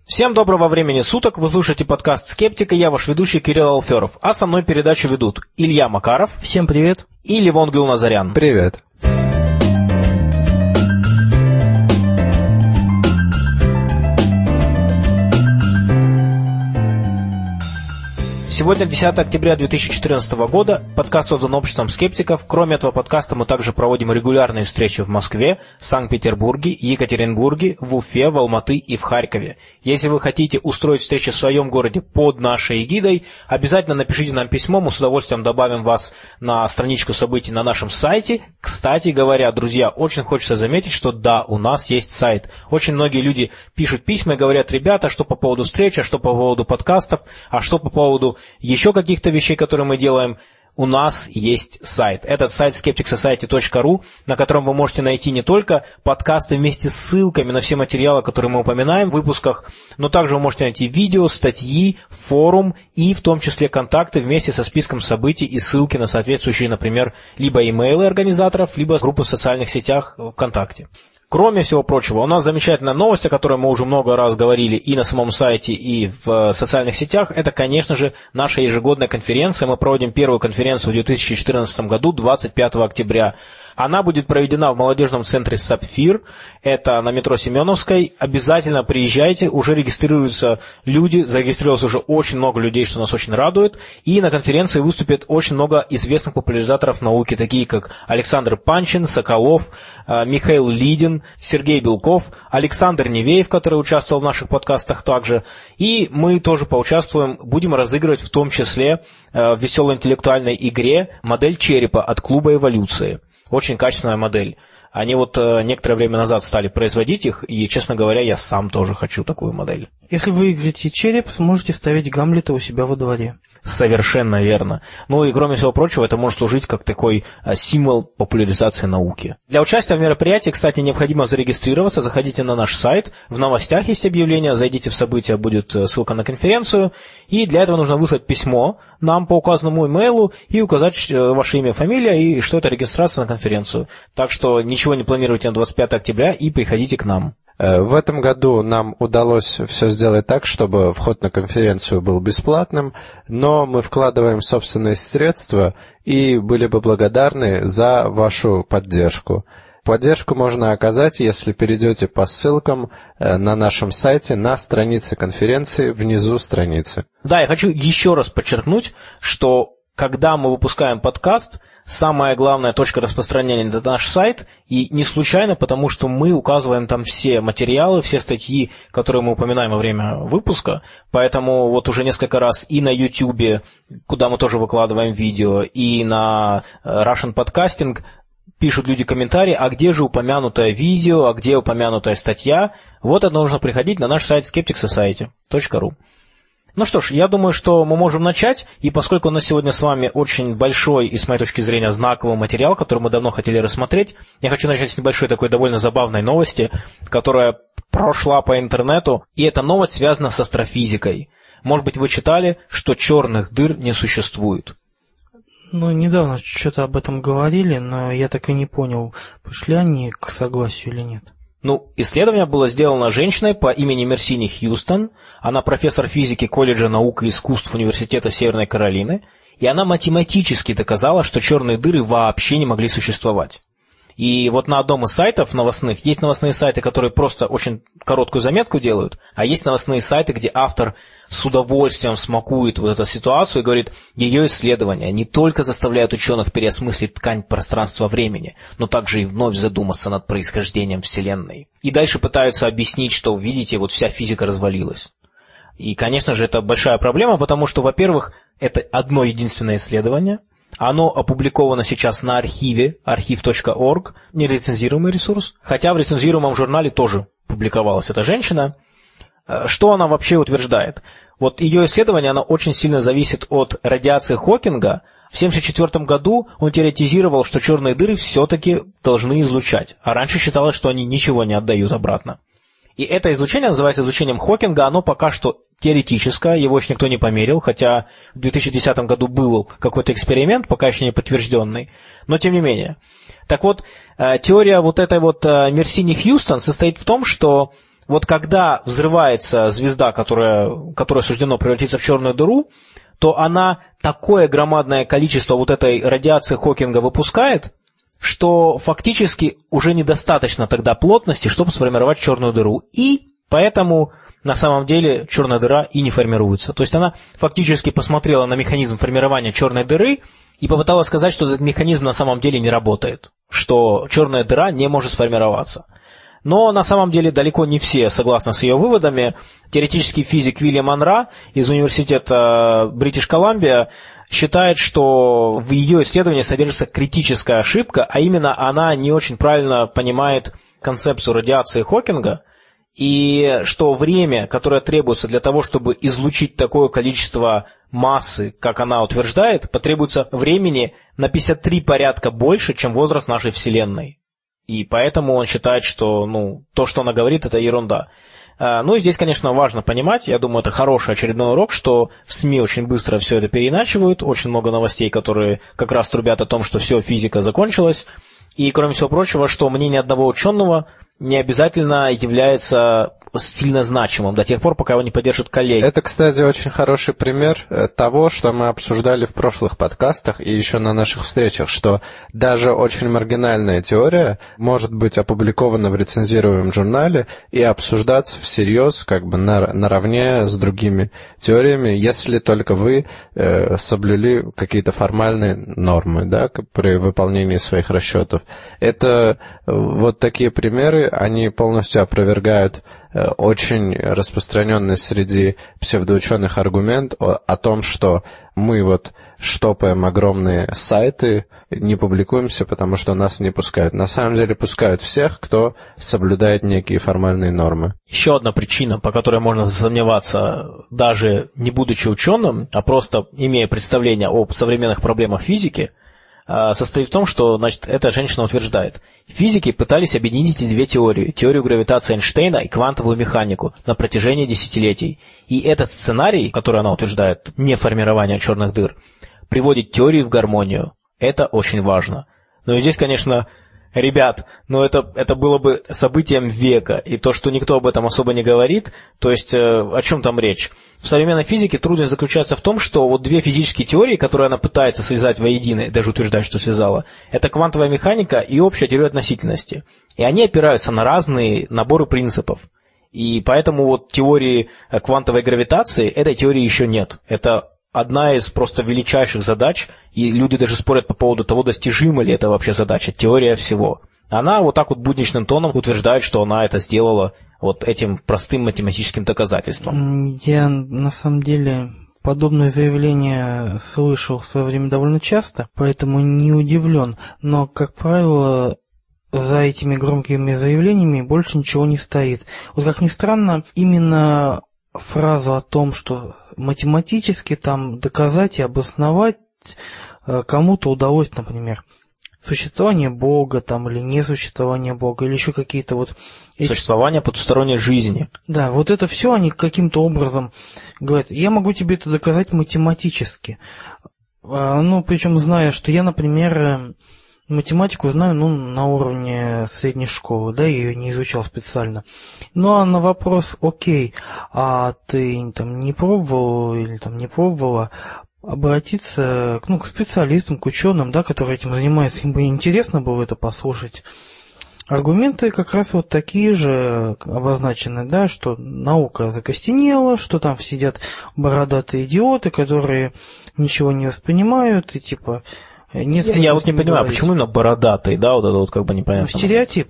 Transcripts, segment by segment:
Всем доброго времени суток, вы слушаете подкаст «Скептика», я ваш ведущий Кирилл Алферов, а со мной передачу ведут Илья Макаров. Всем привет. И Левон Гулназарян. Привет. Сегодня 10 октября 2014 года, подкаст создан обществом скептиков. Кроме этого подкаста мы также проводим регулярные встречи в Москве, Санкт-Петербурге, Екатеринбурге, в Уфе, в Алматы и в Харькове. Если вы хотите устроить встречи в своем городе под нашей эгидой, обязательно напишите нам письмо, мы с удовольствием добавим вас на страничку событий на нашем сайте. Кстати говоря, друзья, очень хочется заметить, что да, у нас есть сайт. Очень многие люди пишут письма и говорят: ребята, что по поводу встречи, а что по поводу подкастов, а что по поводу еще каких-то вещей, которые мы делаем. У нас есть сайт. Этот сайт skepticsociety.ru, на котором вы можете найти не только подкасты вместе с ссылками на все материалы, которые мы упоминаем в выпусках, но также вы можете найти видео, статьи, форум и в том числе контакты вместе со списком событий и ссылки на соответствующие, например, либо имейлы организаторов, либо группы в социальных сетях ВКонтакте. Кроме всего прочего, у нас замечательная новость, о которой мы уже много раз говорили и на самом сайте, и в социальных сетях. Это, конечно же, наша ежегодная конференция. Мы проводим первую конференцию в 2014 году, 25 октября. Она будет проведена в молодежном центре «Сапфир». Это на метро Семеновской. Обязательно приезжайте. Уже регистрируются люди. Зарегистрировалось уже очень много людей, что нас очень радует. И на конференции выступит очень много известных популяризаторов науки, такие как Александр Панчин, Соколов, Михаил Лидин, Сергей Белков, Александр Невеев, который участвовал в наших подкастах также. И мы тоже поучаствуем. Будем разыгрывать в том числе в веселой интеллектуальной игре модель черепа от клуба «Эволюции». Очень качественная модель. Они некоторое время назад стали производить их, и, честно говоря, я сам тоже хочу такую модель. Если вы выиграете череп, сможете ставить Гамлета у себя во дворе. Совершенно верно. Ну и, кроме всего прочего, это может служить как такой символ популяризации науки. Для участия в мероприятии, кстати, необходимо зарегистрироваться. Заходите на наш сайт, в новостях есть объявление, зайдите в события, будет ссылка на конференцию. И для этого нужно выслать письмо нам по указанному имейлу и указать ваше имя, фамилия и что это регистрация на конференцию. Так что ничего не планируйте на 25 октября и приходите к нам. В этом году нам удалось все сделать так, чтобы вход на конференцию был бесплатным, но мы вкладываем собственные средства и были бы благодарны за вашу поддержку. Поддержку можно оказать, если перейдете по ссылкам на нашем сайте на странице конференции, внизу страницы. Да, я хочу еще раз подчеркнуть, что когда мы выпускаем подкаст, самая главная точка распространения – это наш сайт, и не случайно, потому что мы указываем там все материалы, все статьи, которые мы упоминаем во время выпуска, поэтому вот уже несколько раз и на YouTube, куда мы тоже выкладываем видео, и на Russian Podcasting пишут люди комментарии, а где же упомянутое видео, а где упомянутая статья. Вот это нужно приходить на наш сайт skepticsociety.ru. Ну что ж, я думаю, что мы можем начать, и поскольку у нас сегодня с вами очень большой и, с моей точки зрения, знаковый материал, который мы давно хотели рассмотреть, я хочу начать с небольшой такой довольно забавной новости, которая прошла по интернету, и эта новость связана с астрофизикой. Может быть, вы читали, что черных дыр не существует? Ну, недавно что-то об этом говорили, но я так и не понял, пришли они к согласию или нет. Ну, исследование было сделано женщиной по имени Мерсини Хьюстон. Она профессор физики колледжа наук и искусств Университета Северной Каролины. И она математически доказала, что черные дыры вообще не могли существовать. И вот на одном из сайтов новостных, есть новостные сайты, которые просто очень короткую заметку делают, а есть новостные сайты, где автор с удовольствием смакует вот эту ситуацию и говорит: ее исследования не только заставляют ученых переосмыслить ткань пространства-времени, но также и вновь задуматься над происхождением Вселенной. И дальше пытаются объяснить, что, видите, вот вся физика развалилась. И, конечно же, это большая проблема, потому что, во-первых, это одно единственное исследование. Оно опубликовано сейчас на архиве, archive.org, нерецензируемый ресурс, хотя в рецензируемом журнале тоже публиковалась эта женщина. Что она вообще утверждает? Вот ее исследование, оно очень сильно зависит от радиации Хокинга. В 1974 году он теоретизировал, что черные дыры все-таки должны излучать, а раньше считалось, что они ничего не отдают обратно. И это излучение называется излучением Хокинга, оно пока что теоретическое, его еще никто не померил, хотя в 2010 году был какой-то эксперимент, пока еще не подтвержденный, но тем не менее. Так вот, теория вот этой вот Мерсини Хьюстон состоит в том, что вот когда взрывается звезда, которая суждено превратиться в черную дыру, то она такое громадное количество вот этой радиации Хокинга выпускает, что фактически уже недостаточно тогда плотности, чтобы сформировать черную дыру. И поэтому на самом деле черная дыра и не формируется. То есть она фактически посмотрела на механизм формирования черной дыры и попыталась сказать, что этот механизм на самом деле не работает, что черная дыра не может сформироваться. Но на самом деле далеко не все согласны с ее выводами. Теоретический физик Вильям Монро из университета Бритиш-Колумбия считает, что в ее исследовании содержится критическая ошибка, а именно она не очень правильно понимает концепцию радиации Хокинга, и что время, которое требуется для того, чтобы излучить такое количество массы, как она утверждает, потребуется времени на 53 порядка больше, чем возраст нашей Вселенной. И поэтому он считает, что то, что она говорит, это ерунда. И здесь, конечно, важно понимать, я думаю, это хороший очередной урок, что в СМИ очень быстро все это переиначивают, очень много новостей, которые как раз трубят о том, что все, физика закончилась. И, кроме всего прочего, что мнение одного ученого не обязательно является сильно значимым до тех пор, пока его не поддержат коллеги. Это, кстати, очень хороший пример того, что мы обсуждали в прошлых подкастах и еще на наших встречах, что даже очень маргинальная теория может быть опубликована в рецензируемом журнале и обсуждаться всерьез, наравне с другими теориями, если только вы соблюли какие-то формальные нормы, да, при выполнении своих расчетов. Это вот такие примеры, они полностью опровергают очень распространенный среди псевдоученых аргумент о том, что мы штопаем огромные сайты, не публикуемся, потому что нас не пускают. На самом деле пускают всех, кто соблюдает некие формальные нормы. Еще одна причина, по которой можно засомневаться, даже не будучи ученым, а просто имея представление о современных проблемах физики, состоит в том, что, эта женщина утверждает, физики пытались объединить эти две теории, теорию гравитации Эйнштейна и квантовую механику на протяжении десятилетий. И этот сценарий, который она утверждает, не формирование черных дыр, приводит теорию в гармонию. Это очень важно. И здесь, конечно, ребят, это было бы событием века, и то, что никто об этом особо не говорит, то есть о чем там речь? В современной физике трудность заключается в том, что две физические теории, которые она пытается связать воедино, даже утверждает, что связала, это квантовая механика и общая теория относительности. И они опираются на разные наборы принципов. И поэтому теории квантовой гравитации, этой теории еще нет. Это одна из просто величайших задач, и люди даже спорят по поводу того, достижима ли это вообще задача, теория всего. Она будничным тоном утверждает, что она это сделала этим простым математическим доказательством. Я, на самом деле, подобные заявления слышал в свое время довольно часто, поэтому не удивлен. Но, как правило, за этими громкими заявлениями больше ничего не стоит. Как ни странно, именно фразу о том, что математически доказать и обосновать кому-то удалось, например, существование Бога или несуществование Бога, или еще какие-то существование потусторонней жизни. Да, это все они каким-то образом говорят, я могу тебе это доказать математически. Причем зная, что я, например, математику знаю, на уровне средней школы, я ее не изучал специально. А на вопрос, окей, а ты не пробовал или не пробовала обратиться к специалистам, к ученым, которые этим занимаются, им бы интересно было это послушать. Аргументы как раз такие же обозначены, что наука закостенела, что там сидят бородатые идиоты, которые ничего не воспринимают, и я не понимаю, говорить. Почему именно бородатые, непонятно. Стереотип.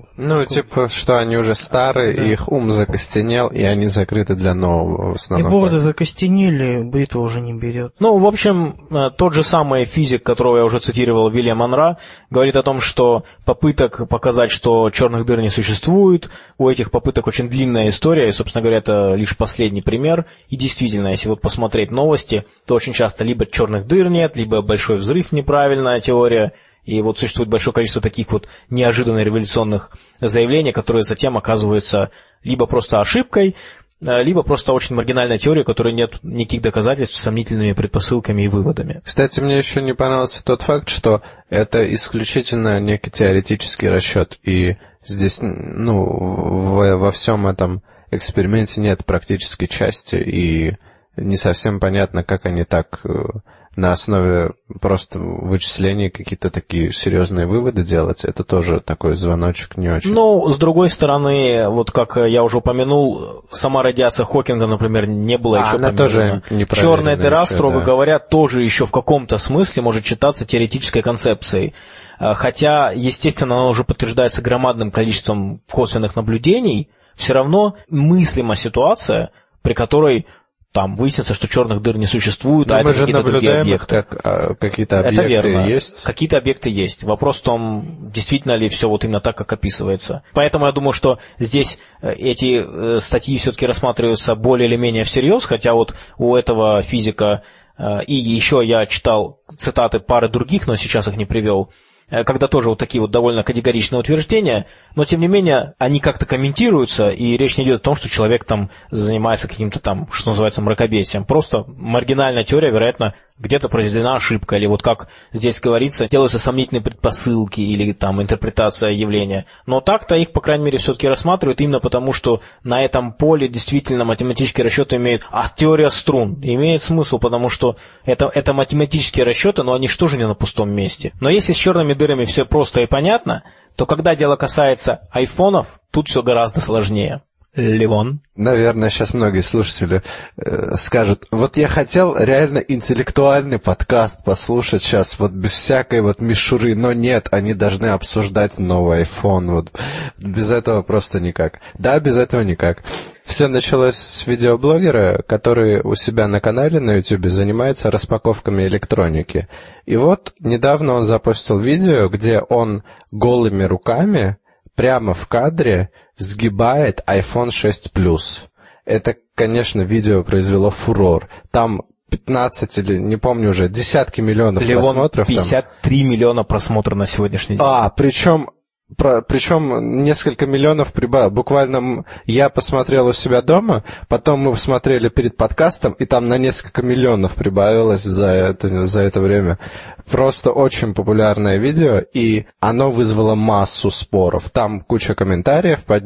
Что они уже старые, и их ум закостенел, и они закрыты для нового. И бороды закостенели, бритва уже не берет. В общем, тот же самый физик, которого я уже цитировал, Вильям Монро, говорит о том, что попыток показать, что черных дыр не существует, у этих попыток очень длинная история, и, собственно говоря, это лишь последний пример. И действительно, если посмотреть новости, то очень часто либо черных дыр нет, либо большой взрыв неправильная теория, и существует большое количество таких неожиданно революционных заявлений, которые затем оказываются либо просто ошибкой, либо просто очень маргинальной теорией, у которой нет никаких доказательств с сомнительными предпосылками и выводами. Кстати, мне еще не понравился тот факт, что это исключительно некий теоретический расчет, и здесь, во всем этом эксперименте нет практической части, и не совсем понятно, как они так на основе просто вычислений какие-то такие серьезные выводы делать. Это тоже такой звоночек не очень. С другой стороны, вот как я уже упомянул, сама радиация Хокинга, например, не была еще она померена. Тоже черная дыра, еще, строго говоря, тоже еще в каком-то смысле может считаться теоретической концепцией. Хотя, естественно, она уже подтверждается громадным количеством косвенных наблюдений, все равно мыслима ситуация, при которой там выяснится, что черных дыр не существует, но а это какие-то другие объекты. Как какие-то объекты это верно. Есть. Какие-то объекты есть. Вопрос в том, действительно ли все вот именно так, как описывается. Поэтому я думаю, что здесь эти статьи все-таки рассматриваются более или менее всерьез, хотя вот у этого физика, и еще я читал цитаты пары других, но сейчас их не привел, когда тоже вот такие вот довольно категоричные утверждения, но тем не менее они как-то комментируются, и речь не идет о том, что человек там занимается каким-то там, что называется, мракобесием. Просто маргинальная теория, вероятно, где-то произведена ошибка, или вот как здесь говорится, делаются сомнительные предпосылки или там интерпретация явления. Но так-то их, по крайней мере, все-таки рассматривают именно потому, что на этом поле действительно математические расчеты имеют... А теория струн имеет смысл, потому что это математические расчеты, но они что же не на пустом месте. Но если с черными дырами все просто и понятно, то когда дело касается айфонов, тут все гораздо сложнее. Левон? Наверное, сейчас многие слушатели скажут, вот я хотел реально интеллектуальный подкаст послушать сейчас, вот без всякой вот мишуры, но нет, они должны обсуждать новый iPhone, вот без этого просто никак. Да, без этого никак. Все началось с видеоблогера, который у себя на канале на YouTube занимается распаковками электроники. И вот недавно он запустил видео, где он голыми руками прямо в кадре сгибает iPhone 6 Plus. Это, конечно, видео произвело фурор. Там 15 или, не помню уже, десятки миллионов просмотров. 53 миллиона просмотров на сегодняшний день. Причем несколько миллионов прибавило. Буквально я посмотрел у себя дома, потом мы смотрели перед подкастом, и там на несколько миллионов прибавилось за это время. Просто очень популярное видео, и оно вызвало массу споров. Там куча комментариев под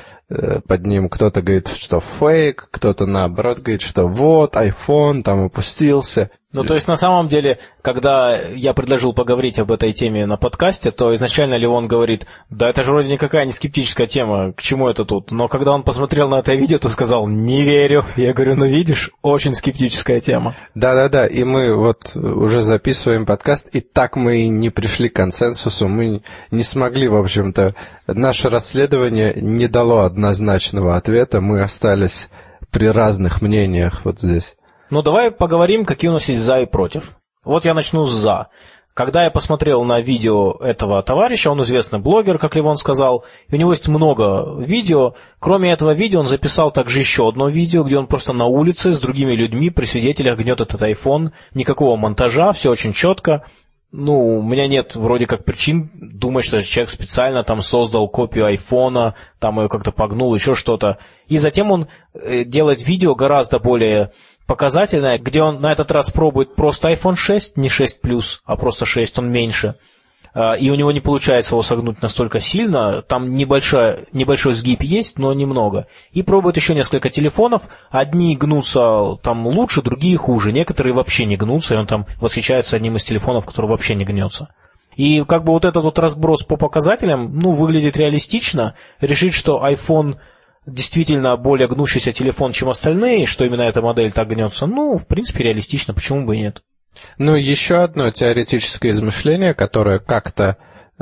ним кто-то говорит, что фейк, кто-то наоборот говорит, что вот, iPhone там опустился. То есть, на самом деле, когда я предложил поговорить об этой теме на подкасте, то изначально Левон говорит, да это же вроде никакая не скептическая тема, к чему это тут? Но когда он посмотрел на это видео, то сказал, не верю. Я говорю, видишь, очень скептическая тема. Да, и мы вот уже записываем подкаст, и так мы и не пришли к консенсусу, мы не смогли, в общем-то, наше расследование не дало однозначного ответа, мы остались при разных мнениях вот здесь. Давай поговорим, какие у нас есть за и против. Вот я начну с за. Когда я посмотрел на видео этого товарища, он известный блогер, как Левон сказал, и у него есть много видео. Кроме этого видео он записал также еще одно видео, где он просто на улице с другими людьми при свидетелях гнет этот iPhone. Никакого монтажа, все очень четко. У меня нет вроде как причин думать, что человек специально там создал копию айфона, там ее как-то погнул, еще что-то. И затем он делает видео гораздо более показательное, где он на этот раз пробует просто iPhone 6, не 6 Plus, а просто 6, он меньше. И у него не получается его согнуть настолько сильно, там небольшой сгиб есть, но немного. И пробует еще несколько телефонов, одни гнутся там лучше, другие хуже, некоторые вообще не гнутся, и он там восхищается одним из телефонов, который вообще не гнется. И как бы вот этот вот разброс по показателям, выглядит реалистично, решить, что iPhone действительно более гнущийся телефон, чем остальные, что именно эта модель так гнется, в принципе, реалистично, почему бы и нет. Еще одно теоретическое измышление, которое как-то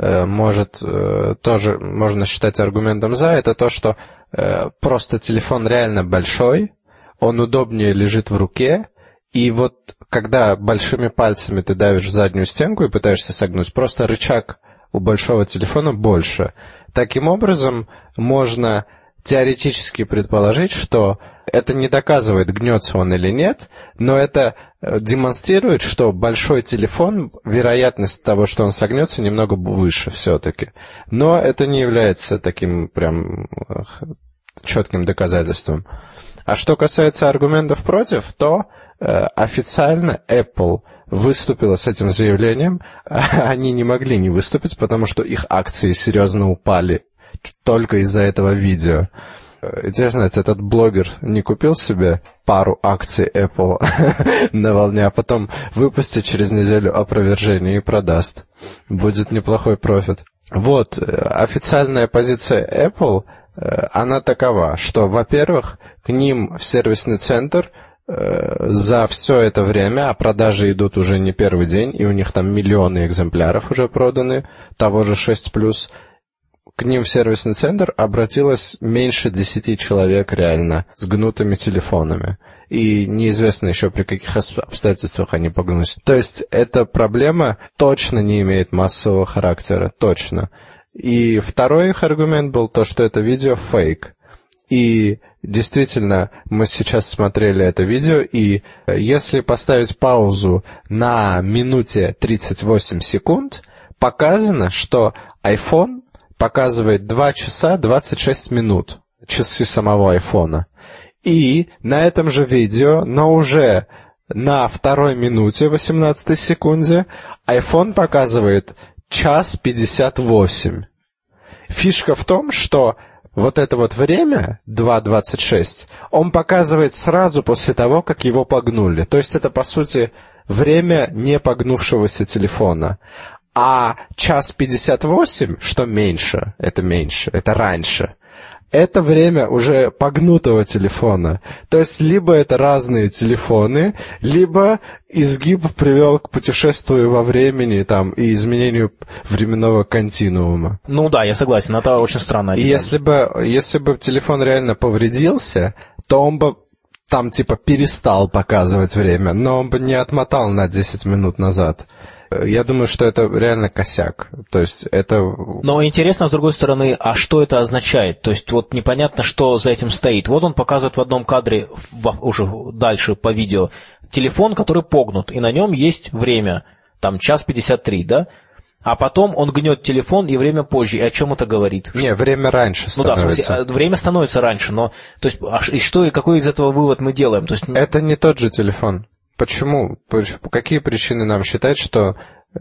тоже можно считать аргументом за, это то, что просто телефон реально большой, он удобнее лежит в руке, и вот когда большими пальцами ты давишь в заднюю стенку и пытаешься согнуть, просто рычаг у большого телефона больше. Таким образом, можно теоретически предположить, что это не доказывает, гнется он или нет, но это демонстрирует, что большой телефон, вероятность того, что он согнется, немного выше все-таки. Но это не является таким прям четким доказательством. А что касается аргументов против, то официально Apple выступила с этим заявлением. Они не могли не выступить, потому что их акции серьезно упали только из-за этого видео. Интересно, этот блогер не купил себе пару акций Apple на волне, а потом выпустит через неделю опровержение и продаст. Будет неплохой профит. Вот, официальная позиция Apple, она такова, что, во-первых, к ним в сервисный центр за все это время, а продажи идут уже не первый день, и у них там миллионы экземпляров уже проданы, того же 6+, к ним в сервисный центр обратилось меньше 10 человек реально с гнутыми телефонами. И неизвестно еще, при каких обстоятельствах они погнулись. То есть эта проблема точно не имеет массового характера, точно. И второй их аргумент был то, что это видео фейк. И действительно, мы сейчас смотрели это видео, и если поставить паузу на минуте 38 секунд, показано, что iPhone показывает 2 часа 26 минут, часы самого айфона. И на этом же видео, но уже на 2 минуте 18 секунде, iPhone показывает 1:58. Фишка в том, что вот это вот время, 2:26, он показывает сразу после того, как его погнули. То есть это, по сути, время не погнувшегося телефона. А 1:58, что меньше, это раньше. Это время уже погнутого телефона. То есть либо это разные телефоны, либо изгиб привел к путешествию во времени там, и изменению временного континуума. Ну да, я согласен, это очень странно. И если бы телефон реально повредился, то он бы там типа перестал показывать время, но он бы не отмотал на 10 минут назад. Я думаю, что это реально косяк. То есть это... Но интересно, с другой стороны, а что это означает? То есть вот непонятно, что за этим стоит. Вот он показывает в одном кадре, уже дальше по видео, телефон, который погнут, и на нем есть время, там 1:53, да? А потом он гнет телефон, и время позже. И о чем это говорит? Не, время раньше становится. Ну да, в смысле, время становится раньше, но... То есть, и что, и какой из этого вывод мы делаем? То есть... Это не тот же телефон. Почему? Какие причины нам считать, что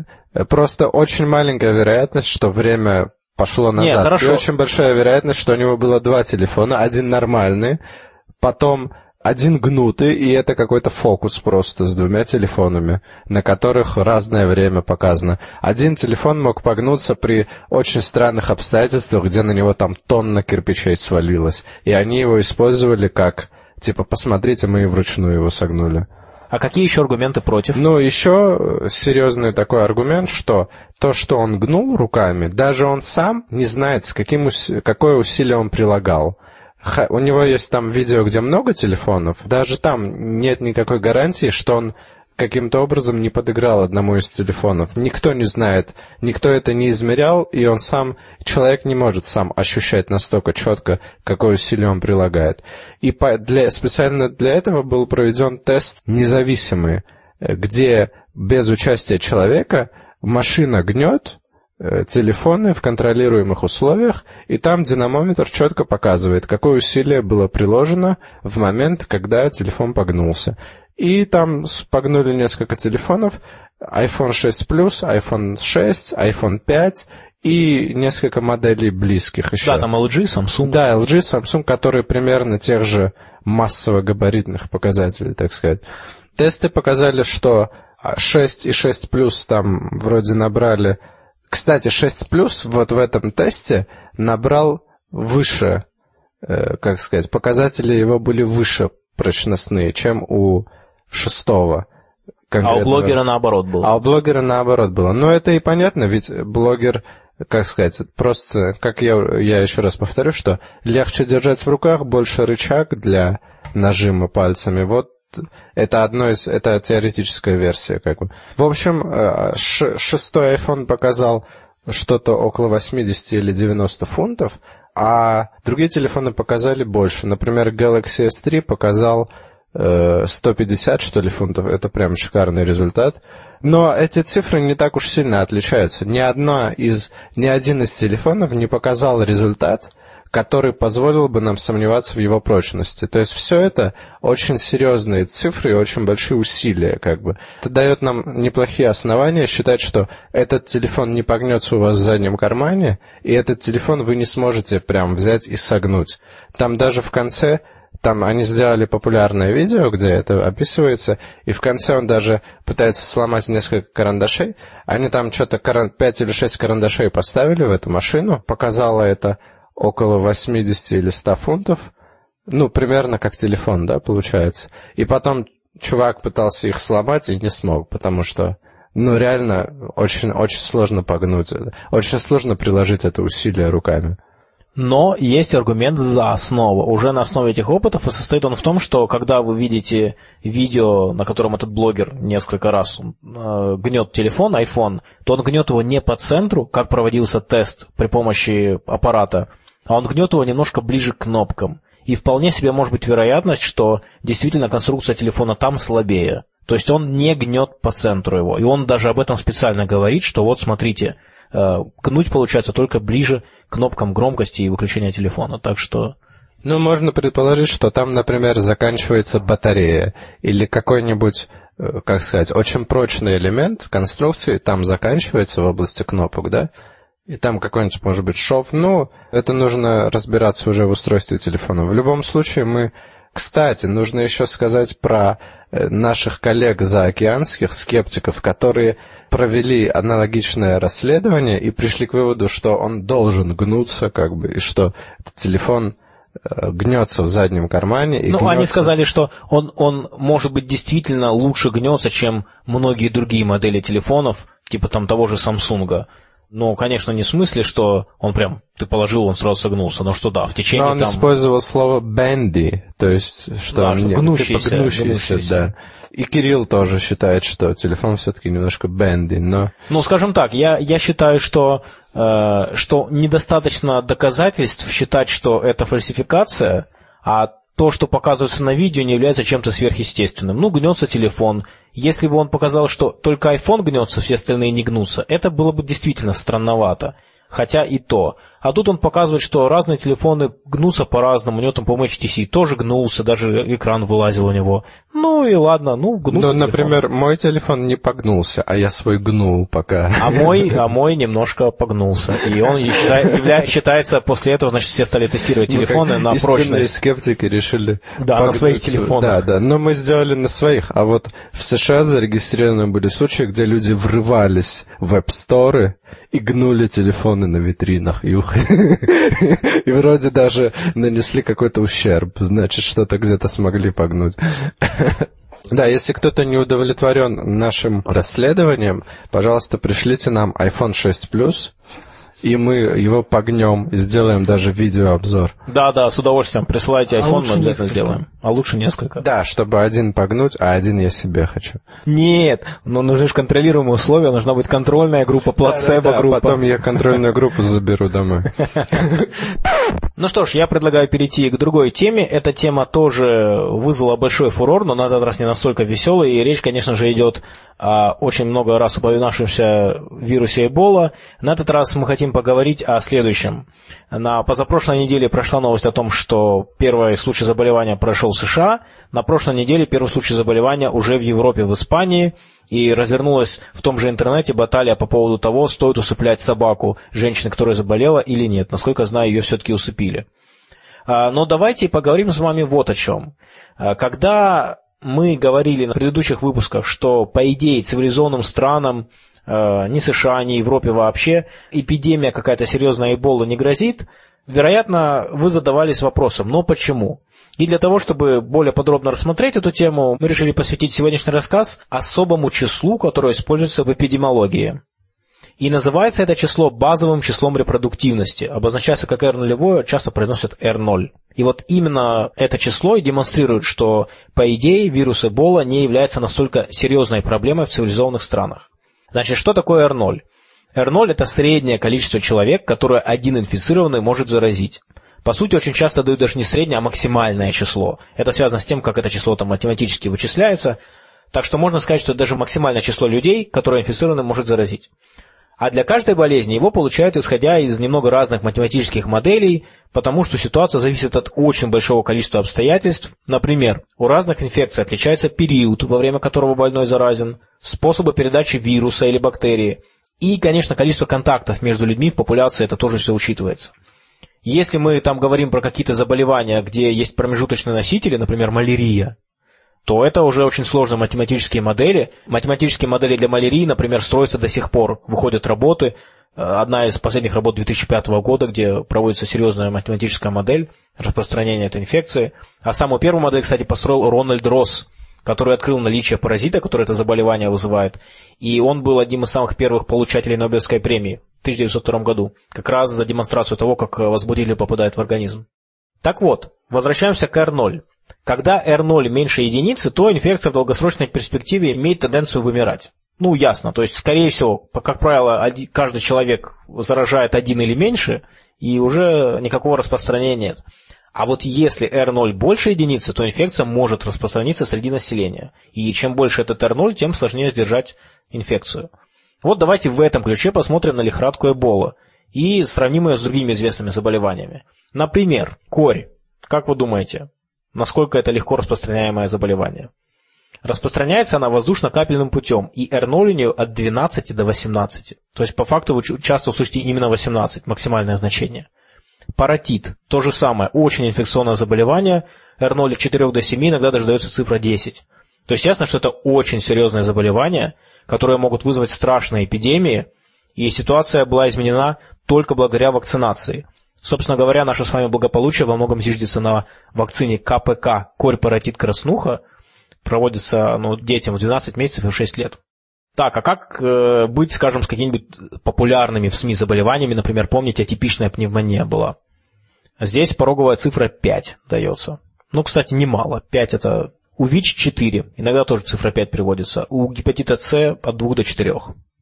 просто очень маленькая вероятность, что время пошло назад? Нет, хорошо. И очень большая вероятность, что у него было 2 телефона, один нормальный, потом один гнутый, и это какой-то фокус просто с 2 телефонами, на которых разное время показано. Один телефон мог погнуться при очень странных обстоятельствах, где на него там тонна кирпичей свалилось, и они его использовали как, типа, посмотрите, мы и вручную его согнули. А какие еще аргументы против? Ну, еще серьезный такой аргумент, что то, что он гнул руками, даже он сам не знает, какое усилие он прилагал. У него есть там видео, где много телефонов, даже там нет никакой гарантии, что он каким-то образом не подыграл одному из телефонов. Никто не знает, никто это не измерял, и человек не может сам ощущать настолько четко, какое усилие он прилагает. И специально для этого был проведен тест независимый, где без участия человека машина гнет телефоны в контролируемых условиях, и там динамометр четко показывает, какое усилие было приложено в момент, когда телефон погнулся. И там погнули несколько телефонов, iPhone 6 Plus, iPhone 6, iPhone 5 и несколько моделей близких еще. Да, там LG, Samsung. Да, LG, Samsung, которые примерно тех же массово-габаритных показателей, так сказать. Тесты показали, что 6 и 6 Plus там вроде набрали... Кстати, 6 Plus вот в этом тесте набрал выше, показатели его были выше прочностные, чем у 6-го. А у блогера наоборот было. Но это и понятно, ведь блогер, просто, как я еще раз повторю, что легче держать в руках, больше рычаг для нажима пальцами. Вот это это теоретическая версия, В общем, 6-й iPhone показал что-то около 80 или 90 фунтов, а другие телефоны показали больше. Например, Galaxy S3 показал 150, что ли, фунтов. Это прям шикарный результат. Но эти цифры не так уж сильно отличаются. Ни один из телефонов не показал результат, который позволил бы нам сомневаться в его прочности. То есть все это очень серьезные цифры и очень большие усилия, как бы. Это дает нам неплохие основания считать, что этот телефон не погнется у вас в заднем кармане, и этот телефон вы не сможете прям взять и согнуть. Там даже в конце... Там они сделали популярное видео, где это описывается, и в конце он даже пытается сломать несколько карандашей. Они там что-то 5 или 6 карандашей поставили в эту машину. Показало это около 80 или 100 фунтов. Ну, примерно как телефон, да, получается. И потом чувак пытался их сломать и не смог, потому что, ну, реально очень, очень сложно погнуть это. Очень сложно приложить это усилие руками. Но есть аргумент за основу. Уже на основе этих опытов, и состоит он в том, что когда вы видите видео, на котором этот блогер несколько раз гнет телефон, iPhone, то он гнет его не по центру, как проводился тест при помощи аппарата, а он гнет его немножко ближе к кнопкам. И вполне себе может быть вероятность, что действительно конструкция телефона там слабее. То есть он не гнет по центру его. И он даже об этом специально говорит, что вот смотрите, гнуть получается только ближе к кнопкам громкости и выключения телефона, так что... Ну, можно предположить, что там, например, заканчивается батарея или какой-нибудь, как сказать, очень прочный элемент конструкции там заканчивается в области кнопок, да? И там какой-нибудь, может быть, шов. Ну, это нужно разбираться уже в устройстве телефона. В любом случае, Кстати, нужно еще сказать про наших коллег заокеанских скептиков, которые провели аналогичное расследование и пришли к выводу, что он должен гнуться, как бы, и что этот телефон гнется в заднем кармане. И гнется... они сказали, что он, может быть, действительно лучше гнется, чем многие другие модели телефонов, типа там того же Samsung. Ну, конечно, не в смысле, что он прям, ты положил, он сразу согнулся, но что да, в течение но он использовал слово «bendy», то есть, что да, он гнущийся, да. И Кирилл тоже считает, что телефон все-таки немножко «bendy», но... Ну, скажем так, я считаю, что недостаточно доказательств считать, что это фальсификация, а то, что показывается на видео, не является чем-то сверхъестественным. Ну, гнется телефон. Если бы он показал, что только iPhone гнется, все остальные не гнутся, это было бы действительно странновато. Хотя и то. А тут он показывает, что разные телефоны гнутся по-разному. У него там, по-моему, HTC тоже гнулся, даже экран вылазил у него. Ну и ладно, гнулся. Ну, например, мой телефон не погнулся, а я свой гнул пока. А мой немножко погнулся. И он считается, после этого, значит, все стали тестировать телефоны на прочность. Истинные скептики решили... Да, на своих телефонах. Да, но мы сделали на своих. А вот в США зарегистрированы были случаи, где люди врывались в App Store и гнули телефоны на витринах. И вроде даже нанесли какой-то ущерб. Значит, что-то где-то смогли погнуть. Да, если кто-то не удовлетворен нашим расследованием, пожалуйста, пришлите нам iPhone 6 Plus, и мы его погнем и сделаем даже видеообзор. Да, с удовольствием. Присылайте iPhone, мы обязательно сделаем. А лучше несколько. Да, чтобы один погнуть, а один я себе хочу. Нет, нужны же контролируемые условия, должна быть контрольная группа, плацебо-группа. Потом я контрольную группу заберу домой. Ну что ж, я предлагаю перейти к другой теме. Эта тема тоже вызвала большой фурор, но на этот раз не настолько веселый. И речь, конечно же, идет о очень много раз упоминавшемся вирусе Эбола. На этот раз мы хотим поговорить о следующем. На позапрошлой неделе прошла новость о том, что первый случай заболевания прошел в США. На прошлой неделе первый случай заболевания уже в Европе, в Испании. И развернулась в том же интернете баталия по поводу того, стоит усыплять собаку женщины, которая заболела, или нет. Насколько я знаю, ее все-таки усыпили. Но давайте поговорим с вами вот о чем. Когда мы говорили на предыдущих выпусках, что, по идее, цивилизованным странам, ни США, ни Европе вообще, эпидемия какая-то серьезная Эбола не грозит, вероятно, вы задавались вопросом, но почему? И для того, чтобы более подробно рассмотреть эту тему, мы решили посвятить сегодняшний рассказ особому числу, которое используется в эпидемиологии. И называется это число базовым числом репродуктивности. Обозначается как R0, часто произносят R0. И вот именно это число и демонстрирует, что, по идее, вирус Эбола не является настолько серьезной проблемой в цивилизованных странах. Значит, что такое R0? R0 – это среднее количество человек, которое один инфицированный может заразить. По сути, очень часто дают даже не среднее, а максимальное число. Это связано с тем, как это число там математически вычисляется. Так что можно сказать, что даже максимальное число людей, которые инфицированы, может заразить. А для каждой болезни его получают, исходя из немного разных математических моделей, потому что ситуация зависит от очень большого количества обстоятельств. Например, у разных инфекций отличается период, во время которого больной заразен, способы передачи вируса или бактерии, и, конечно, количество контактов между людьми в популяции, это тоже все учитывается. Если мы там говорим про какие-то заболевания, где есть промежуточные носители, например, малярия, то это уже очень сложные математические модели. Математические модели для малярии, например, строятся до сих пор. Выходят работы. Одна из последних работ 2005 года, где проводится серьезная математическая модель распространения этой инфекции. А самую первую модель, кстати, построил Рональд Росс, который открыл наличие паразита, который это заболевание вызывает. И он был одним из самых первых получателей Нобелевской премии в 1902 году, как раз за демонстрацию того, как возбудители попадают в организм. Так вот, возвращаемся к R0. Когда R0 меньше единицы, то инфекция в долгосрочной перспективе имеет тенденцию вымирать. Ну, ясно, то есть, скорее всего, как правило, каждый человек заражает один или меньше, и уже никакого распространения нет. А вот если R0 больше единицы, то инфекция может распространиться среди населения. И чем больше этот R0, тем сложнее сдержать инфекцию. Вот давайте в этом ключе посмотрим на лихорадку Эбола и сравним ее с другими известными заболеваниями. Например, корь. Как вы думаете, насколько это легко распространяемое заболевание? Распространяется она воздушно-капельным путем, и R0 у нее от 12 до 18. То есть, по факту, вы часто услышите именно 18, максимальное значение. Паротит. То же самое. Очень инфекционное заболевание. R0 от 4 до 7, иногда даже дается цифра 10. То есть, ясно, что это очень серьезное заболевание, которые могут вызвать страшные эпидемии, и ситуация была изменена только благодаря вакцинации. Собственно говоря, наше с вами благополучие во многом зиждется на вакцине КПК, корь, паротит, краснуха, проводится детям в 12 месяцев и в 6 лет. Так, а как быть, скажем, с какими-нибудь популярными в СМИ заболеваниями, например, помните, атипичная пневмония была? Здесь пороговая цифра 5 дается. Ну, кстати, немало. 5 это у ВИЧ 4, иногда тоже цифра 5 приводится. У гепатита С от 2 до 4.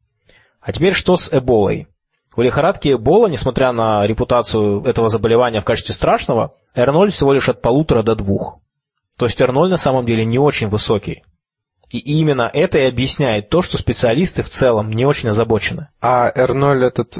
А теперь что с Эболой? У лихорадки Эбола, несмотря на репутацию этого заболевания в качестве страшного, R0 всего лишь от 1,5 до 2. То есть R0 на самом деле не очень высокий. И именно это и объясняет то, что специалисты в целом не очень озабочены. А R0 этот,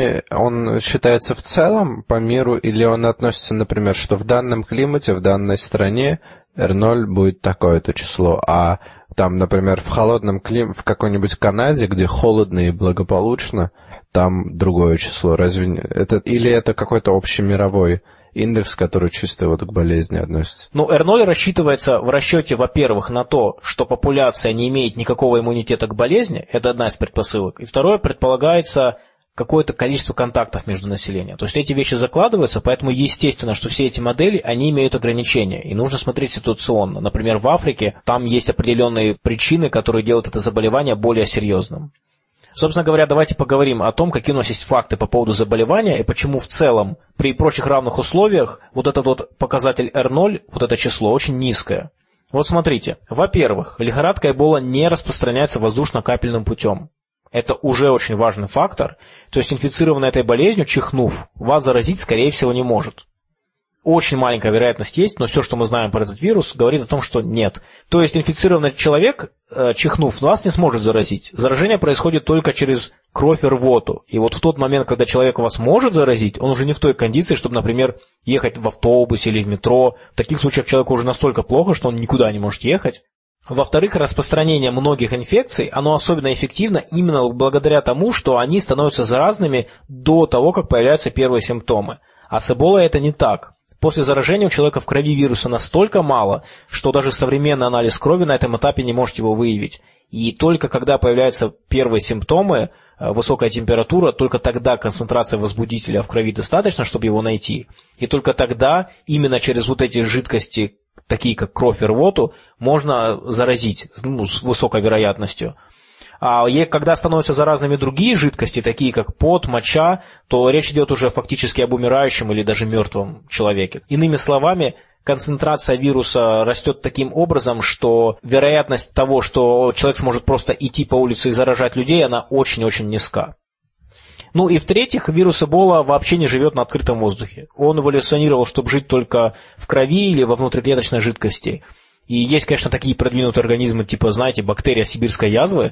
он считается в целом по миру, или он относится, например, что в данном климате, в данной стране R0 будет такое-то число, а там, например, в холодном климате, в какой-нибудь Канаде, где холодно и благополучно, там другое число. Разве это, или это какой-то общемировой индекс, который чисто вот к болезни относится? Ну, R0 рассчитывается в расчете, во-первых, на то, что популяция не имеет никакого иммунитета к болезни, это одна из предпосылок, и второе, предполагается какое-то количество контактов между населением. То есть эти вещи закладываются, поэтому естественно, что все эти модели, они имеют ограничения, и нужно смотреть ситуационно. Например, в Африке там есть определенные причины, которые делают это заболевание более серьезным. Собственно говоря, давайте поговорим о том, какие у нас есть факты по поводу заболевания и почему в целом при прочих равных условиях вот этот вот показатель R0, вот это число, очень низкое. Вот смотрите. Во-первых, лихорадка Эбола не распространяется воздушно-капельным путем. Это уже очень важный фактор. То есть инфицированный этой болезнью, чихнув, вас заразить, скорее всего, не может. Очень маленькая вероятность есть, но все, что мы знаем про этот вирус, говорит о том, что нет. То есть инфицированный человек, чихнув, вас не сможет заразить. Заражение происходит только через кровь и рвоту. И вот в тот момент, когда человек вас может заразить, он уже не в той кондиции, чтобы, например, ехать в автобусе или в метро. В таких случаях человеку уже настолько плохо, что он никуда не может ехать. Во-вторых, распространение многих инфекций, оно особенно эффективно именно благодаря тому, что они становятся заразными до того, как появляются первые симптомы. А с Эболой это не так. После заражения у человека в крови вируса настолько мало, что даже современный анализ крови на этом этапе не может его выявить. И только когда появляются первые симптомы, высокая температура, только тогда концентрация возбудителя в крови достаточно, чтобы его найти. И только тогда именно через вот эти жидкости, такие как кровь и рвоту, можно заразить с высокой вероятностью. А когда становятся заразными другие жидкости, такие как пот, моча, то речь идет уже фактически об умирающем или даже мертвом человеке. Иными словами, концентрация вируса растет таким образом, что вероятность того, что человек сможет просто идти по улице и заражать людей, она очень-очень низка. Ну и в-третьих, вирус Эбола вообще не живет на открытом воздухе. Он эволюционировал, чтобы жить только в крови или во внутриклеточной жидкости. И есть, конечно, такие продвинутые организмы, типа, знаете, бактерия сибирской язвы.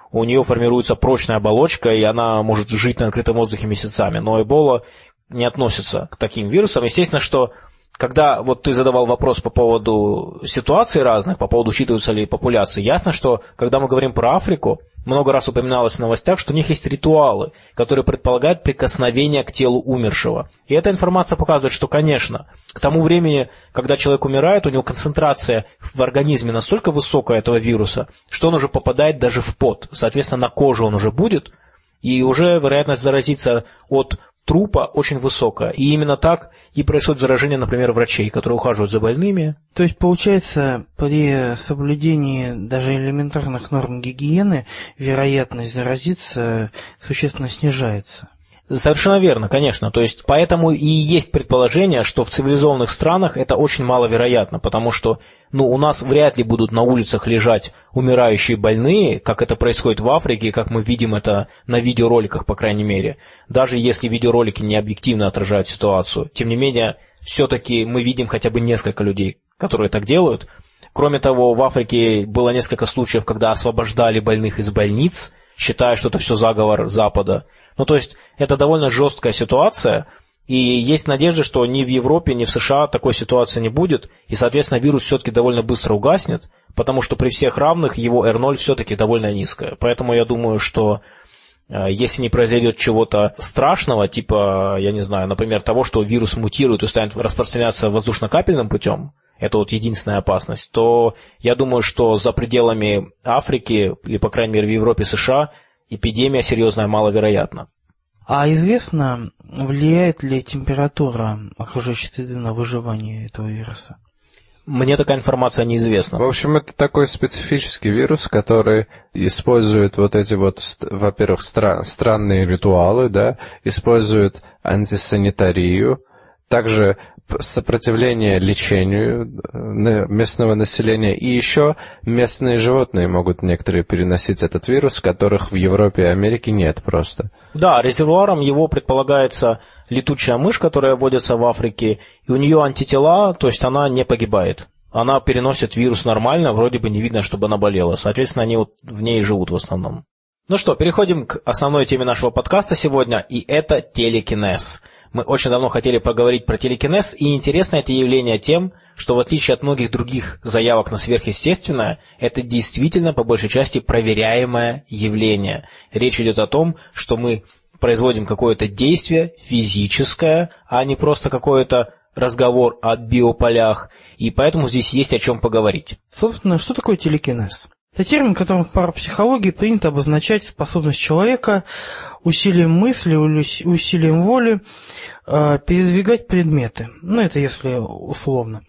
у нее формируется прочная оболочка, и она может жить на открытом воздухе месяцами. Но Эбола не относится к таким вирусам. Естественно, что когда вот ты задавал вопрос по поводу ситуаций разных, по поводу учитываются ли популяции, ясно, что когда мы говорим про Африку, много раз упоминалось в новостях, что у них есть ритуалы, которые предполагают прикосновение к телу умершего. И эта информация показывает, что, конечно, к тому времени, когда человек умирает, у него концентрация в организме настолько высокая этого вируса, что он уже попадает даже в пот. Соответственно, на коже он уже будет, и уже вероятность заразиться от трупа очень высокая. И именно так и происходит заражение, например, врачей, которые ухаживают за больными. То есть, получается, при соблюдении даже элементарных норм гигиены вероятность заразиться существенно снижается. Совершенно верно, конечно. То есть, поэтому и есть предположение, что в цивилизованных странах это очень маловероятно, потому что, у нас вряд ли будут на улицах лежать умирающие больные, как это происходит в Африке, как мы видим это на видеороликах, по крайней мере. Даже если видеоролики не объективно отражают ситуацию. Тем не менее, все-таки мы видим хотя бы несколько людей, которые так делают. Кроме того, в Африке было несколько случаев, когда освобождали больных из больниц, считая, что это все заговор Запада. То есть, это довольно жесткая ситуация, и есть надежда, что ни в Европе, ни в США такой ситуации не будет, и, соответственно, вирус все-таки довольно быстро угаснет, потому что при всех равных его R0 все-таки довольно низкое. Поэтому я думаю, что если не произойдет чего-то страшного, типа, я не знаю, например, того, что вирус мутирует и станет распространяться воздушно-капельным путем, это вот единственная опасность, то я думаю, что за пределами Африки, или, по крайней мере, в Европе, США, эпидемия серьезная маловероятна. А известно, влияет ли температура окружающей среды на выживание этого вируса? Мне такая информация неизвестна. В общем, это такой специфический вирус, который использует вот эти вот, во-первых, странные ритуалы, да, использует антисанитарию, также сопротивление лечению местного населения, и еще местные животные могут некоторые переносить этот вирус, которых в Европе и Америке нет просто. Да, резервуаром его предполагается летучая мышь, которая водится в Африке, и у нее антитела, то есть она не погибает. Она переносит вирус нормально, вроде бы не видно, чтобы она болела. Соответственно, они вот в ней живут в основном. Ну что, переходим к основной теме нашего подкаста сегодня, и это телекинез. Мы очень давно хотели поговорить про телекинез, и интересно это явление тем, что в отличие от многих других заявок на сверхъестественное, это действительно по большей части проверяемое явление. Речь идет о том, что мы производим какое-то действие физическое, а не просто какой-то разговор о биополях, и поэтому здесь есть о чем поговорить. Собственно, что такое телекинез? Это термин, которым в парапсихологии принято обозначать способность человека усилием мысли, усилием воли передвигать предметы. Это если условно.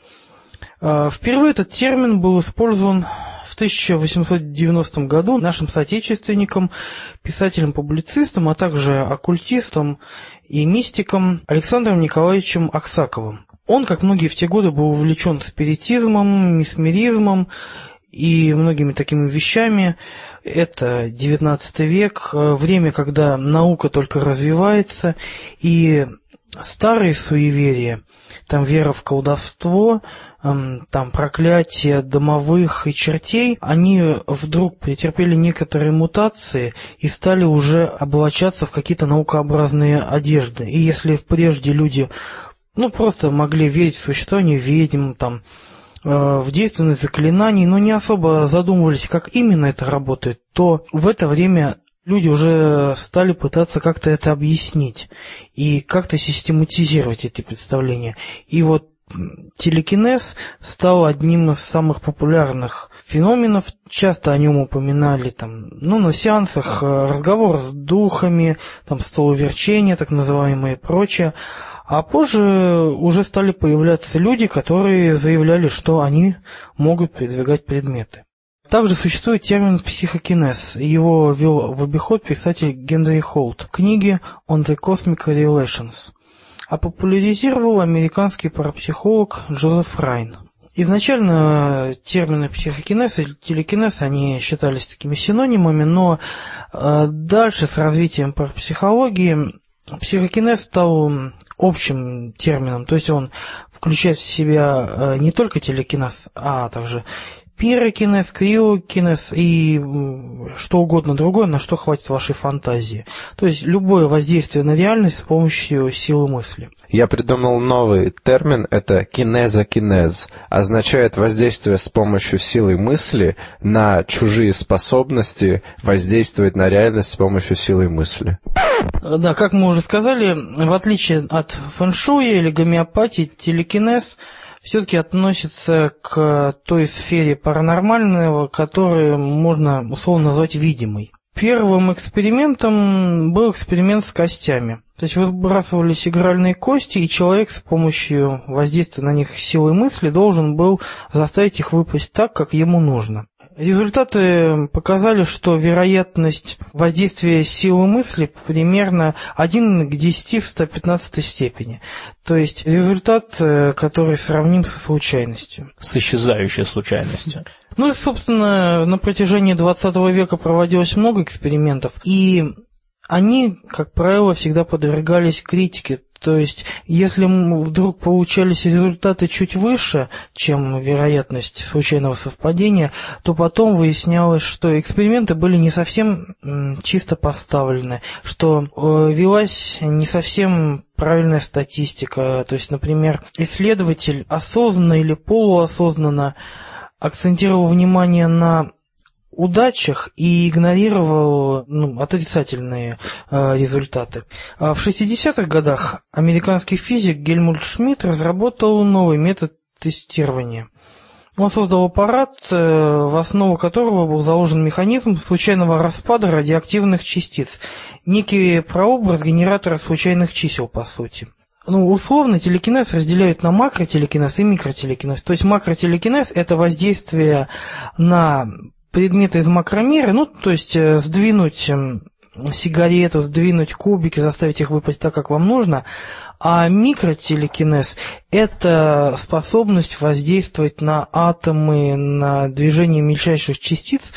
Впервые этот термин был использован в 1890 году нашим соотечественником, писателем-публицистом, а также оккультистом и мистиком Александром Николаевичем Аксаковым. Он, как многие в те годы, был увлечен спиритизмом, месмеризмом и многими такими вещами. Это XIX век, время, когда наука только развивается, и старые суеверия, там вера в колдовство, там проклятие домовых и чертей, они вдруг претерпели некоторые мутации и стали уже облачаться в какие-то наукообразные одежды. И если прежде люди просто могли верить в существование ведьм, в действенность заклинаний, но не особо задумывались, как именно это работает, то в это время люди уже стали пытаться как-то это объяснить и как-то систематизировать эти представления. И вот телекинез стал одним из самых популярных феноменов. Часто о нем упоминали на сеансах, разговор с духами, столоверчения, так называемые, и прочее. А позже уже стали появляться люди, которые заявляли, что они могут передвигать предметы. Также существует термин психокинез. Его ввел в обиход писатель Генри Холт в книге «On the Cosmic Relations», а популяризировал американский парапсихолог Джозеф Райн. Изначально термины психокинез и телекинез, они считались такими синонимами, но дальше с развитием парапсихологии психокинез стал общим термином, то есть он включает в себя не только телекинез, а также пирокинез, криокинез и что угодно другое, на что хватит вашей фантазии. То есть любое воздействие на реальность с помощью силы мысли. Я придумал новый термин, это кинезокинез. Означает воздействие с помощью силы мысли на чужие способности воздействовать на реальность с помощью силы мысли. Да, как мы уже сказали, в отличие от фэншуя или гомеопатии, телекинез все-таки относится к той сфере паранормального, которую можно условно назвать видимой. Первым экспериментом был эксперимент с костями. То есть выбрасывались игральные кости, и человек с помощью воздействия на них силой мысли должен был заставить их выпасть так, как ему нужно. Результаты показали, что вероятность воздействия силы мысли примерно 1 к 10 в 115 степени. То есть результат, который сравним со случайностью. С исчезающей случайностью. Ну и, собственно, на протяжении 20 века проводилось много экспериментов, и они, как правило, всегда подвергались критике. То есть, если вдруг получались результаты чуть выше, чем вероятность случайного совпадения, то потом выяснялось, что эксперименты были не совсем чисто поставлены, что велась не совсем правильная статистика. То есть, например, исследователь осознанно или полуосознанно акцентировал внимание на удачах и игнорировал отрицательные результаты. В 60-х годах американский физик Гельмут Шмидт разработал новый метод тестирования. Он создал аппарат, в основу которого был заложен механизм случайного распада радиоактивных частиц, некий прообраз генератора случайных чисел, по сути. Условно телекинез разделяют на макротелекинез и микротелекинез. То есть макротелекинез – это воздействие на предметы из макромира, то есть сдвинуть сигарету, сдвинуть кубики, заставить их выпасть так, как вам нужно. А микротелекинез – это способность воздействовать на атомы, на движение мельчайших частиц.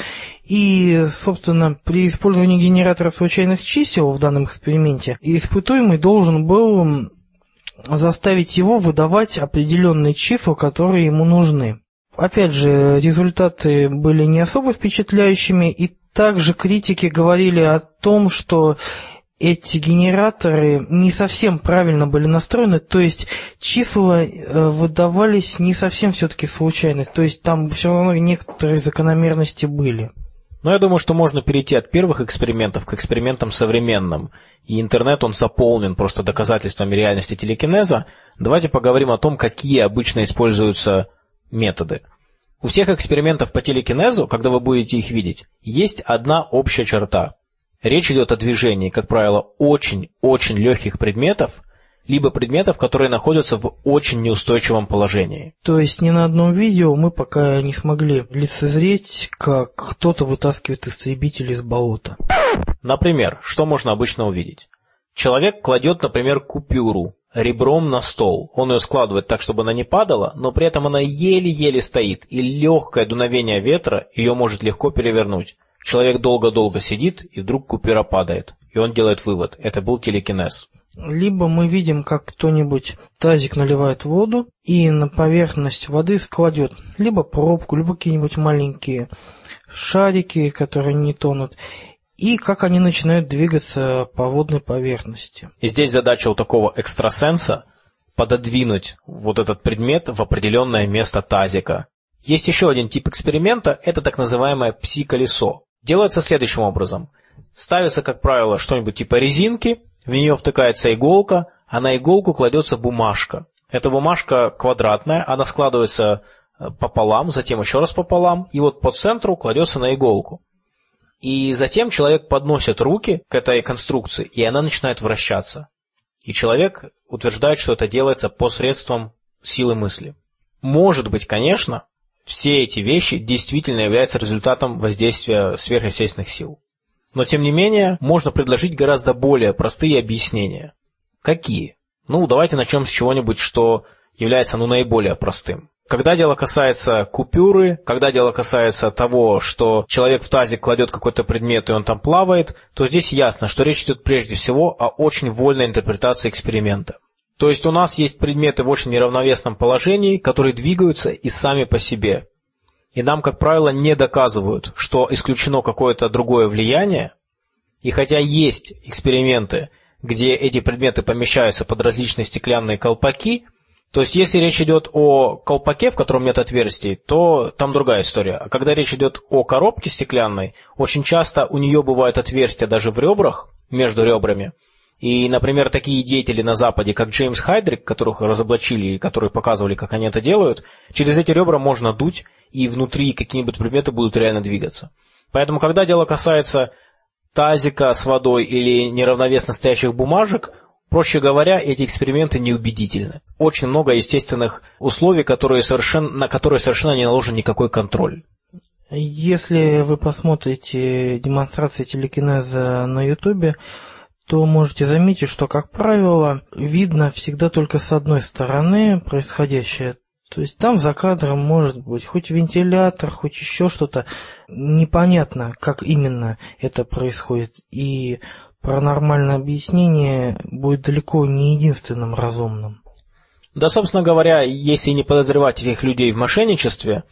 И, собственно, при использовании генератора случайных чисел в данном эксперименте испытуемый должен был заставить его выдавать определенные числа, которые ему нужны. Опять же, результаты были не особо впечатляющими, и также критики говорили о том, что эти генераторы не совсем правильно были настроены, то есть числа выдавались не совсем все-таки случайно, то есть там все равно некоторые закономерности были. Но я думаю, что можно перейти от первых экспериментов к экспериментам современным. И интернет, он заполнен просто доказательствами реальности телекинеза. Давайте поговорим о том, какие обычно используются методы. У всех экспериментов по телекинезу, когда вы будете их видеть, есть одна общая черта. Речь идет о движении, как правило, очень-очень легких предметов, либо предметов, которые находятся в очень неустойчивом положении. То есть ни на одном видео мы пока не смогли лицезреть, как кто-то вытаскивает истребитель из болота. Например, что можно обычно увидеть? Человек кладет, например, купюру ребром на стол. Он ее складывает так, чтобы она не падала, но при этом она еле-еле стоит, и легкое дуновение ветра ее может легко перевернуть. Человек долго-долго сидит, и вдруг купюра падает. И он делает вывод: это был телекинез. Либо мы видим, как кто-нибудь тазик наливает воду и на поверхность воды складет либо пробку, либо какие-нибудь маленькие шарики, которые не тонут, и как они начинают двигаться по водной поверхности. И здесь задача у такого экстрасенса пододвинуть вот этот предмет в определенное место тазика. Есть еще один тип эксперимента, это так называемое пси-колесо. Делается следующим образом. Ставится, как правило, что-нибудь типа резинки, в нее втыкается иголка, а на иголку кладется бумажка. Эта бумажка квадратная, она складывается пополам, затем еще раз пополам, и вот по центру кладется на иголку. И затем человек подносит руки к этой конструкции, и она начинает вращаться. И человек утверждает, что это делается посредством силы мысли. Может быть, конечно, все эти вещи действительно являются результатом воздействия сверхъестественных сил. Но, тем не менее, можно предложить гораздо более простые объяснения. Какие? Давайте начнем с чего-нибудь, что является наиболее простым. Когда дело касается купюры, когда дело касается того, что человек в тазик кладет какой-то предмет, и он там плавает, то здесь ясно, что речь идет прежде всего о очень вольной интерпретации эксперимента. То есть у нас есть предметы в очень неравновесном положении, которые двигаются и сами по себе. и нам, как правило, не доказывают, что исключено какое-то другое влияние, и хотя есть эксперименты, где эти предметы помещаются под различные стеклянные колпаки, то есть если речь идет о колпаке, в котором нет отверстий, то там другая история. А когда речь идет о коробке стеклянной, очень часто у нее бывают отверстия даже в ребрах, между ребрами. И, например, такие деятели на Западе, как Джеймс Хайдрик, которых разоблачили и которые показывали, как они это делают, через эти ребра можно дуть, и внутри какие-нибудь предметы будут реально двигаться. Поэтому, когда дело касается тазика с водой или неравновесно стоящих бумажек, проще говоря, эти эксперименты неубедительны. Очень много естественных условий, на которые совершенно не наложен никакой контроль. Если вы посмотрите демонстрации телекинеза на Ютубе, то можете заметить, что, как правило, видно всегда только с одной стороны происходящее. То есть там за кадром может быть хоть вентилятор, хоть еще что-то. Непонятно, как именно это происходит. И паранормальное объяснение будет далеко не единственным разумным. Да, собственно говоря, если не подозревать этих людей в мошенничестве,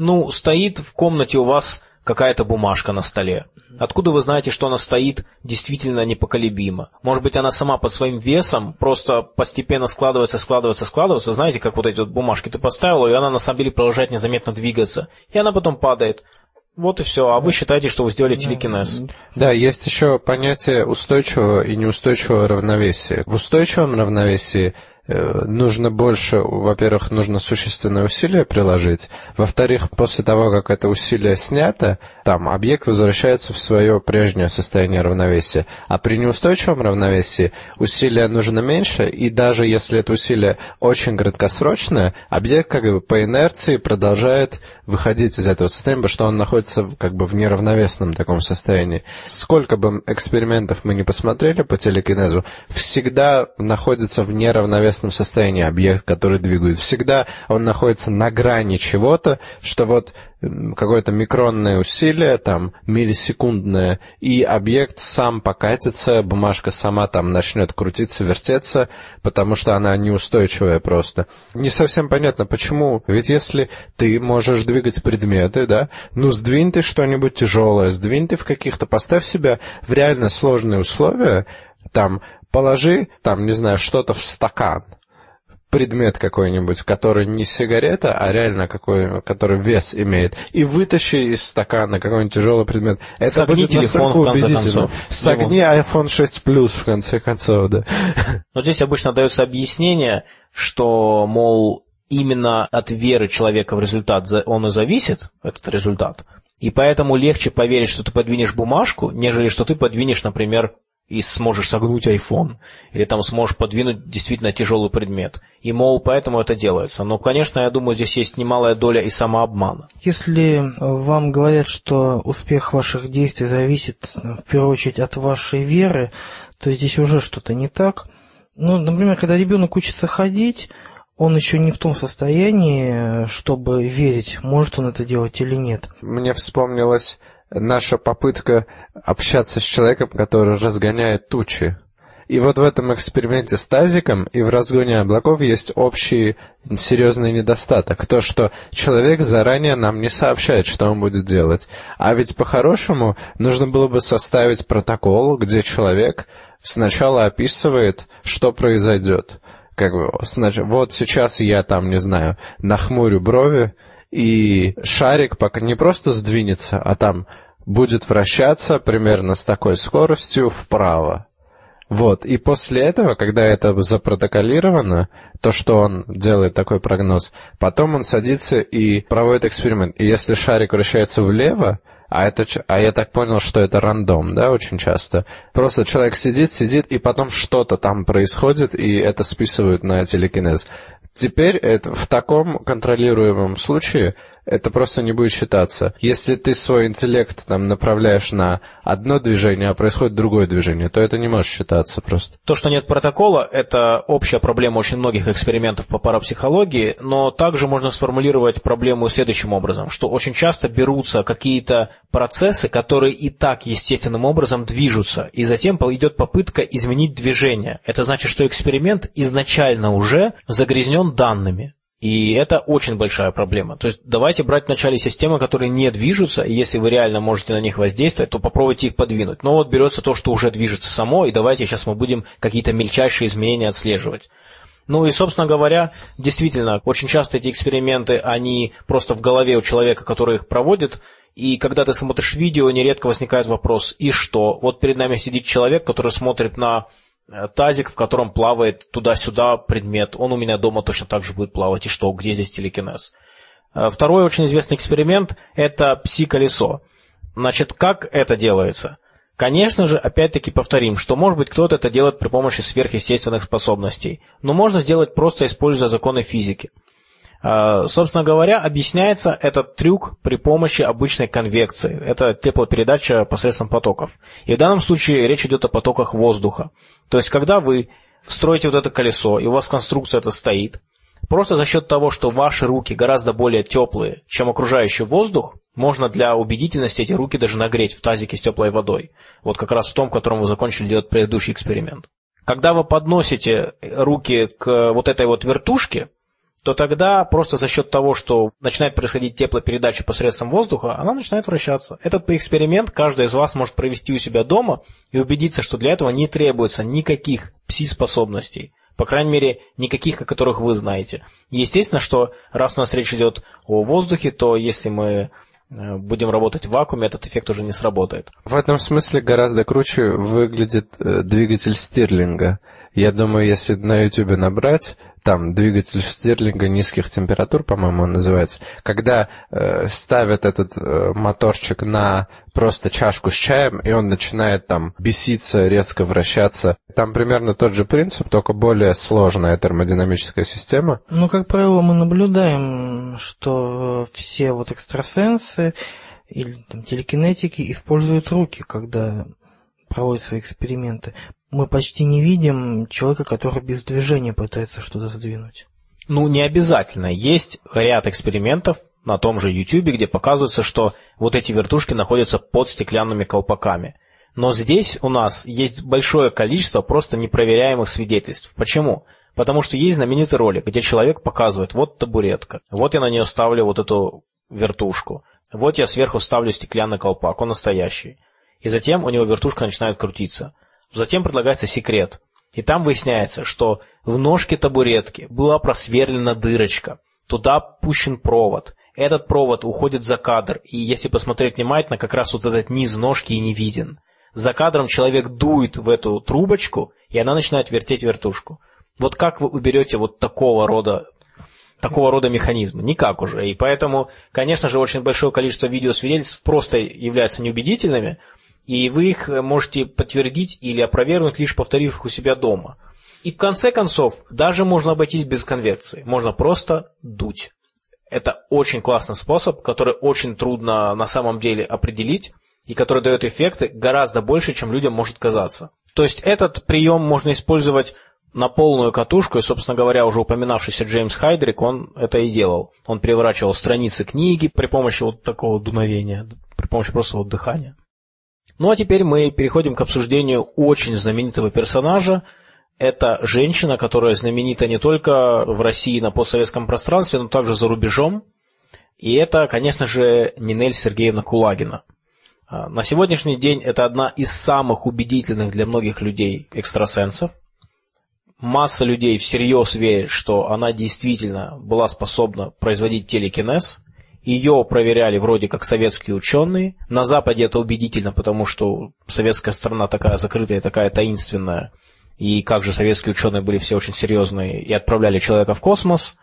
стоит в комнате у вас какая-то бумажка на столе. Откуда вы знаете, что она стоит действительно непоколебимо? Может быть, она сама под своим весом просто постепенно складывается. Знаете, как вот эти вот бумажки ты поставил, и она на самом деле продолжает незаметно двигаться. И она потом падает. Вот и все. А вы считаете, что вы сделали телекинез. Да, есть еще понятие устойчивого и неустойчивого равновесия. В устойчивом равновесии нужно больше, во-первых, нужно существенное усилие приложить, во-вторых, после того, как это усилие снято, там объект возвращается в свое прежнее состояние равновесия. А при неустойчивом равновесии усилия нужно меньше, и даже если это усилие очень краткосрочное, объект как бы по инерции продолжает выходить из этого состояния, потому что он находится как бы в неравновесном таком состоянии. Сколько бы экспериментов мы ни посмотрели по телекинезу, всегда находится в неравновесном состоянии объект, который двигает. Всегда он находится на грани чего-то, что вот какое-то микронное усилие, там, миллисекундное, и объект сам покатится, бумажка сама там начнет крутиться, вертеться, потому что она неустойчивая просто. Не совсем понятно, почему. Ведь если ты можешь двигать предметы, да, сдвинь ты что-нибудь тяжелое, сдвинь ты поставь себя в реально сложные условия, там, положи, там, не знаю, что-то в стакан, предмет какой-нибудь, который не сигарета, а реально который вес имеет, и вытащи из стакана какой-нибудь тяжелый предмет. Это согни будет телефон, настолько убедительно. Согни iPhone 6 Plus, в конце концов, да. Но здесь обычно дается объяснение, что, мол, именно от веры человека в результат он и зависит, этот результат, и поэтому легче поверить, что ты подвинешь бумажку, нежели что ты подвинешь, например, и сможешь согнуть iPhone, или там сможешь подвинуть действительно тяжелый предмет. И, мол, поэтому это делается. Но, конечно, я думаю, здесь есть немалая доля и самообмана. Если вам говорят, что успех ваших действий зависит, в первую очередь, от вашей веры, то здесь уже что-то не так. Например, когда ребенок учится ходить, он еще не в том состоянии, чтобы верить, может он это делать или нет. Мне вспомнилась наша попытка общаться с человеком, который разгоняет тучи. И вот в этом эксперименте с тазиком и в разгоне облаков есть общий серьезный недостаток. То, что человек заранее нам не сообщает, что он будет делать. А ведь по-хорошему нужно было бы составить протокол, где человек сначала описывает, что произойдет. Вот сейчас я там, не знаю, нахмурю брови, и шарик пока не просто сдвинется, а там будет вращаться примерно с такой скоростью вправо. Вот, и после этого, когда это запротоколировано, то, что он делает такой прогноз, потом он садится и проводит эксперимент. И если шарик вращается влево, а я так понял, что это рандом, да, очень часто. Просто человек сидит, и потом что-то там происходит, и это списывают на телекинез. Теперь в таком контролируемом случае это просто не будет считаться. Если ты свой интеллект там направляешь на одно движение, а происходит другое движение, то это не может считаться просто. То, что нет протокола, это общая проблема очень многих экспериментов по парапсихологии, но также можно сформулировать проблему следующим образом, что очень часто берутся какие-то процессы, которые и так естественным образом движутся, и затем идет попытка изменить движение. Это значит, что эксперимент изначально уже загрязнен данными. И это очень большая проблема. То есть давайте брать вначале системы, которые не движутся, и если вы реально можете на них воздействовать, то попробуйте их подвинуть. Но вот берется то, что уже движется само, и давайте сейчас мы будем какие-то мельчайшие изменения отслеживать. Ну и, собственно говоря, действительно, очень часто эти эксперименты, они просто в голове у человека, который их проводит, и когда ты смотришь видео, нередко возникает вопрос: и что? Вот перед нами сидит человек, который смотрит на тазик, в котором плавает туда-сюда предмет. Он у меня дома точно так же будет плавать. И что? Где здесь телекинез? Второй очень известный эксперимент – это пси-колесо. Значит, как это делается? Конечно же, опять-таки повторим, что, может быть, кто-то это делает при помощи сверхъестественных способностей. Но можно сделать просто используя законы физики. Собственно говоря, объясняется этот трюк при помощи обычной конвекции. Это теплопередача посредством потоков. И в данном случае речь идет о потоках воздуха. То есть, когда вы строите вот это колесо, и у вас конструкция эта стоит, просто за счет того, что ваши руки гораздо более теплые, чем окружающий воздух, можно для убедительности эти руки даже нагреть в тазике с теплой водой. Вот как раз в том, в котором вы закончили делать предыдущий эксперимент. Когда вы подносите руки к вот этой вот вертушке, то тогда просто за счет того, что начинает происходить теплопередача посредством воздуха, она начинает вращаться. Этот эксперимент каждый из вас может провести у себя дома и убедиться, что для этого не требуется никаких пси-способностей. По крайней мере, никаких, о которых вы знаете. И естественно, что раз у нас речь идет о воздухе, то если мы будем работать в вакууме, этот эффект уже не сработает. В этом смысле гораздо круче выглядит двигатель Стирлинга. Я думаю, если на YouTube набрать, там двигатель Стирлинга низких температур, по-моему, он называется, когда ставят этот моторчик на просто чашку с чаем, и он начинает там беситься, резко вращаться. Там примерно тот же принцип, только более сложная термодинамическая система. Ну, как правило, мы наблюдаем, что все вот экстрасенсы или там телекинетики используют руки, когда проводят свои эксперименты. Мы почти не видим человека, который без движения пытается что-то сдвинуть. Ну, не обязательно. Есть ряд экспериментов на том же YouTube, где показывается, что вот эти вертушки находятся под стеклянными колпаками. Но здесь у нас есть большое количество просто непроверяемых свидетельств. Почему? Потому что есть знаменитый ролик, где человек показывает: вот табуретка, вот я на нее ставлю вот эту вертушку, вот я сверху ставлю стеклянный колпак, он настоящий. И затем у него вертушка начинает крутиться. Затем предлагается секрет. И там выясняется, что в ножке табуретки была просверлена дырочка. Туда пущен провод. Этот провод уходит за кадр. И если посмотреть внимательно, как раз вот этот низ ножки и не виден. За кадром человек дует в эту трубочку, и она начинает вертеть вертушку. Вот как вы уберете вот такого рода механизмы? Никак уже. И поэтому, конечно же, очень большое количество видеосвидетельств просто являются неубедительными. И вы их можете подтвердить или опровергнуть, лишь повторив их у себя дома. И в конце концов, даже можно обойтись без конвекции. Можно просто дуть. Это очень классный способ, который очень трудно на самом деле определить, и который дает эффекты гораздо больше, чем людям может казаться. То есть этот прием можно использовать на полную катушку, и, собственно говоря, уже упоминавшийся Джеймс Хайдрик, он это и делал. Он переворачивал страницы книги при помощи вот такого дуновения, при помощи просто вот дыхания. Ну а теперь мы переходим к обсуждению очень знаменитого персонажа. Это женщина, которая знаменита не только в России на постсоветском пространстве, но также за рубежом. И это, конечно же, Нинель Сергеевна Кулагина. На сегодняшний день это одна из самых убедительных для многих людей экстрасенсов. Масса людей всерьез верит, что она действительно была способна производить телекинез. Ее проверяли вроде как советские ученые. На Западе это убедительно, потому что советская страна такая закрытая, такая таинственная. И как же советские ученые были все очень серьезные и отправляли человека в космос.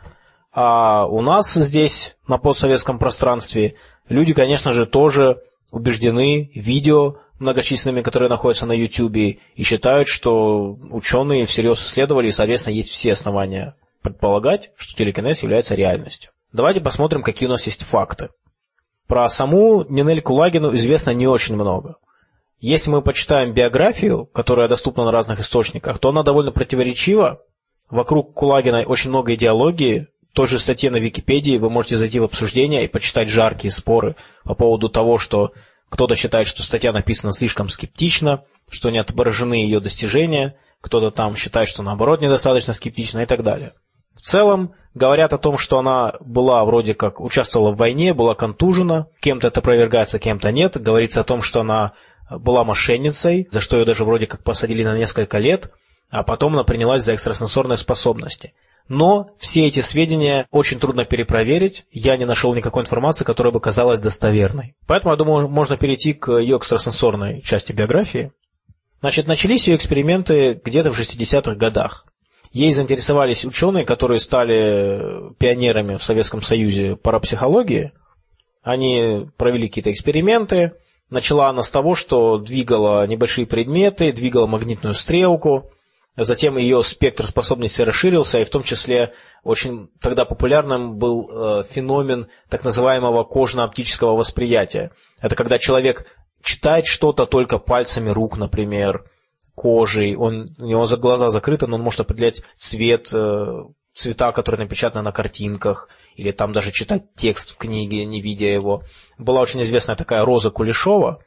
А у нас здесь, на постсоветском пространстве, люди, конечно же, тоже убеждены видео многочисленными, которые находятся на YouTube, и считают, что ученые всерьез исследовали, и, соответственно, есть все основания предполагать, что телекинез является реальностью. Давайте посмотрим, какие у нас есть факты. Про саму Нинель Кулагину известно не очень много. Если мы почитаем биографию, которая доступна на разных источниках, то она довольно противоречива. Вокруг Кулагиной очень много идеологии. В той же статье на Википедии вы можете зайти в обсуждение и почитать жаркие споры по поводу того, что кто-то считает, что статья написана слишком скептично, что не отображены ее достижения, кто-то там считает, что наоборот недостаточно скептично и так далее. В целом, Говорят о том, что она была вроде как участвовала в войне, была контужена, кем-то это опровергается, кем-то нет. Говорится о том, что она была мошенницей, за что ее даже вроде как посадили на несколько лет, а потом она принялась за экстрасенсорные способности. Но все эти сведения очень трудно перепроверить, я не нашел никакой информации, которая бы казалась достоверной. Поэтому, я думаю, можно перейти к ее экстрасенсорной части биографии. Значит, начались ее эксперименты где-то в 60-х годах. Ей заинтересовались ученые, которые стали пионерами в Советском Союзе парапсихологии. Они провели какие-то эксперименты. Начала она с того, что двигала небольшие предметы, двигала магнитную стрелку. Затем ее спектр способностей расширился, и в том числе очень тогда популярным был феномен так называемого кожно-оптического восприятия. Это когда человек читает что-то только пальцами рук, например, кожей, у него глаза закрыты, но он может определять цвет, цвета, которые напечатаны на картинках, или там даже читать текст в книге, не видя его. Была очень известная такая Роза Кулешова.